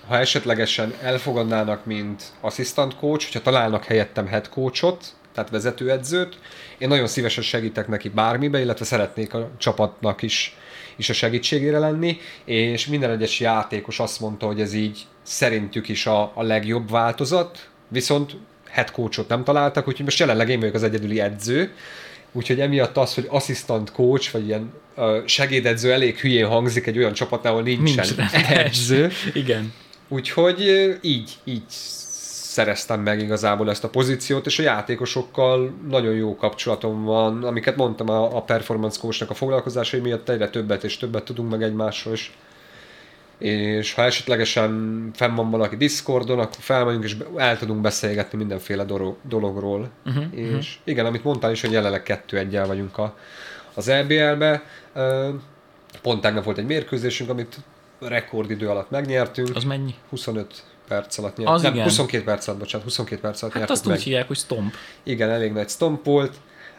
ha esetlegesen elfogadnának, mint assistant coach, hogyha találnak helyettem head coachot, tehát vezetőedzőt, én nagyon szívesen segítek neki bármibe, illetve szeretnék a csapatnak is, is a segítségére lenni, és minden egyes játékos azt mondta, hogy ez így szerintük is a, a legjobb változat, viszont head coachot nem találtak, úgyhogy most jelenleg én vagyok az egyedüli edző, úgyhogy emiatt az, hogy assistant coach, vagy ilyen uh, segédedző elég hülyén hangzik egy olyan csapatnál, ahol nincsen Nincs edző. Igen. Úgyhogy uh, így, így szereztem meg igazából ezt a pozíciót, és a játékosokkal nagyon jó kapcsolatom van, amiket mondtam a, a performance coachnak a foglalkozásai miatt egyre többet és többet tudunk meg egymásról is. És ha esetlegesen fenn van valaki Discordon, akkor felmegyünk és el tudunk beszélgetni mindenféle dologról. Uh-huh, és uh-huh. igen, amit mondtál is, hogy jelenleg kettő egyel vagyunk a, az é bé el-be. Pont tegnap volt egy mérkőzésünk, amit rekordidő alatt megnyertünk. Az mennyi? huszonöt perc alatt nyertünk. Az Nem, igen. huszonkét perc alatt, bocsánat, huszonkét perc alatt hát nyertük azt meg. úgy hívják, hogy stomp. Igen, elég nagy stomp volt.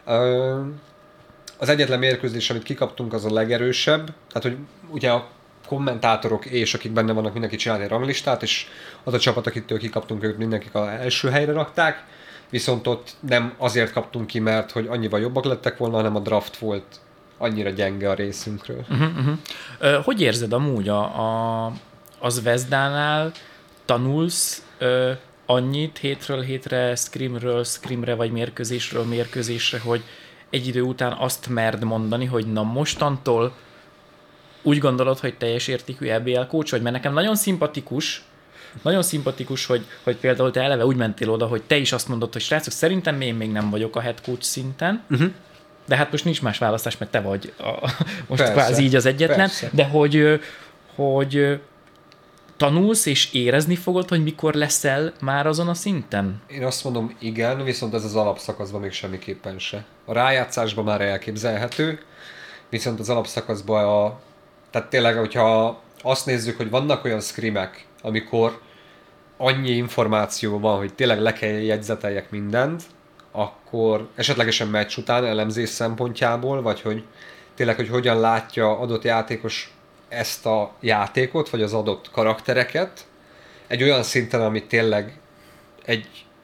Az egyetlen mérkőzés, amit kikaptunk, az a legerősebb. Tehát, hogy ugye a kommentátorok és akik benne vannak, mindenki csinált egy ranglistát, és az a csapat, akitől kikaptunk, ők mindenkik az első helyre rakták, viszont ott nem azért kaptunk ki, mert hogy annyival jobbak lettek volna, hanem a draft volt annyira gyenge a részünkről. Uh-huh, uh-huh. Uh, hogy érzed amúgy a, a, az Vezdánál tanulsz uh, annyit hétről hétre, scrimről scrimre, vagy mérkőzésről mérkőzésre, hogy egy idő után azt merd mondani, hogy na mostantól úgy gondolod, hogy teljes értékű é bé el coach vagy, mert nekem nagyon szimpatikus, nagyon szimpatikus, hogy, hogy például te eleve úgy mentél oda, hogy te is azt mondod, hogy srácok, szerintem én még nem vagyok a head coach szinten, uh-huh. de hát most nincs más választás, mert te vagy a, most persze, kvázi így az egyetlen, persze. De hogy, hogy tanulsz és érezni fogod, hogy mikor leszel már azon a szinten? Én azt mondom, igen, viszont ez az alapszakaszban még semmiképpen se. A rájátszásban már elképzelhető, viszont az alapszakaszban a tehát tényleg, hogyha azt nézzük, hogy vannak olyan scrimek, amikor annyi információ van, hogy tényleg le kell jegyzeteljek mindent, akkor esetlegesen meccs után elemzés szempontjából, vagy hogy tényleg, hogy hogyan látja adott játékos ezt a játékot, vagy az adott karaktereket, egy olyan szinten, amit tényleg egy,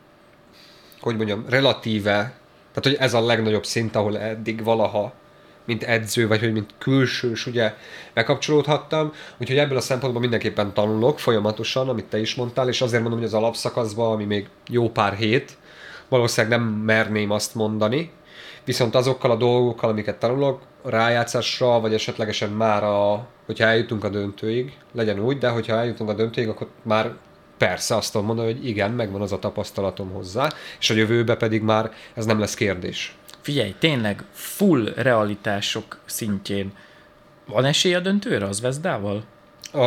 hogy mondjam, relatíve, tehát hogy ez a legnagyobb szint, ahol eddig valaha mint edző, vagy hogy mint külsős, ugye megkapcsolódhattam, úgyhogy ebből a szempontból mindenképpen tanulok folyamatosan, amit te is mondtál, és azért mondom, hogy az alapszakaszban, ami még jó pár hét, valószínűleg nem merném azt mondani, viszont azokkal a dolgokkal, amiket tanulok, rájátszásra, vagy esetlegesen már, a, hogyha eljutunk a döntőig, legyen úgy, de hogyha eljutunk a döntőig, akkor már persze azt tudom mondani, hogy igen, megvan az a tapasztalatom hozzá, és a jövőben pedig már ez nem lesz kérdés. Figyelj, tényleg full realitások szintjén van esély a döntőre az Vezdával? A,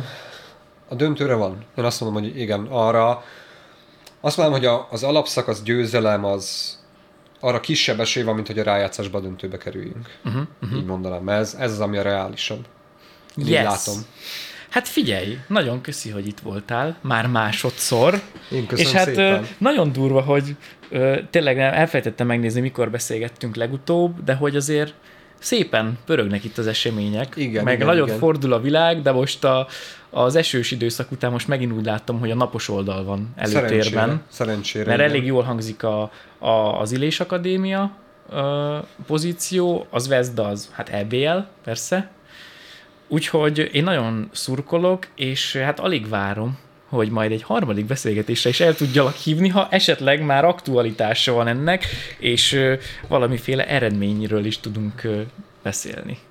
a döntőre van. Én azt mondom, hogy igen, arra azt mondom, hogy a, az alapszakasz győzelem az arra kisebb esély van, mint hogy a rájátszásba a döntőbe kerüljünk. Uh-huh, uh-huh. Így mondanám, ez, ez az, ami a reálisabb. Én yes. Így látom. Hát figyelj, nagyon köszi, hogy itt voltál, már másodszor. Én köszönöm és hát szépen. Nagyon durva, hogy ö, tényleg elfelejtettem megnézni, mikor beszélgettünk legutóbb, de hogy azért szépen pörögnek itt az események, igen, meg igen, nagyon igen. fordul a világ, de most a, az esős időszak után most megint úgy láttam, hogy a napos oldal van előtérben. Szerencsére, szerencsére. Mert igen. elég jól hangzik a, a, az Illés Akadémia ö, pozíció, az Vezda az, hát é bé el, persze. Úgyhogy én nagyon szurkolok, és hát alig várom, hogy majd egy harmadik beszélgetésre is el tudjalak hívni, ha esetleg már aktualitása van ennek, és valamiféle eredményről is tudunk beszélni.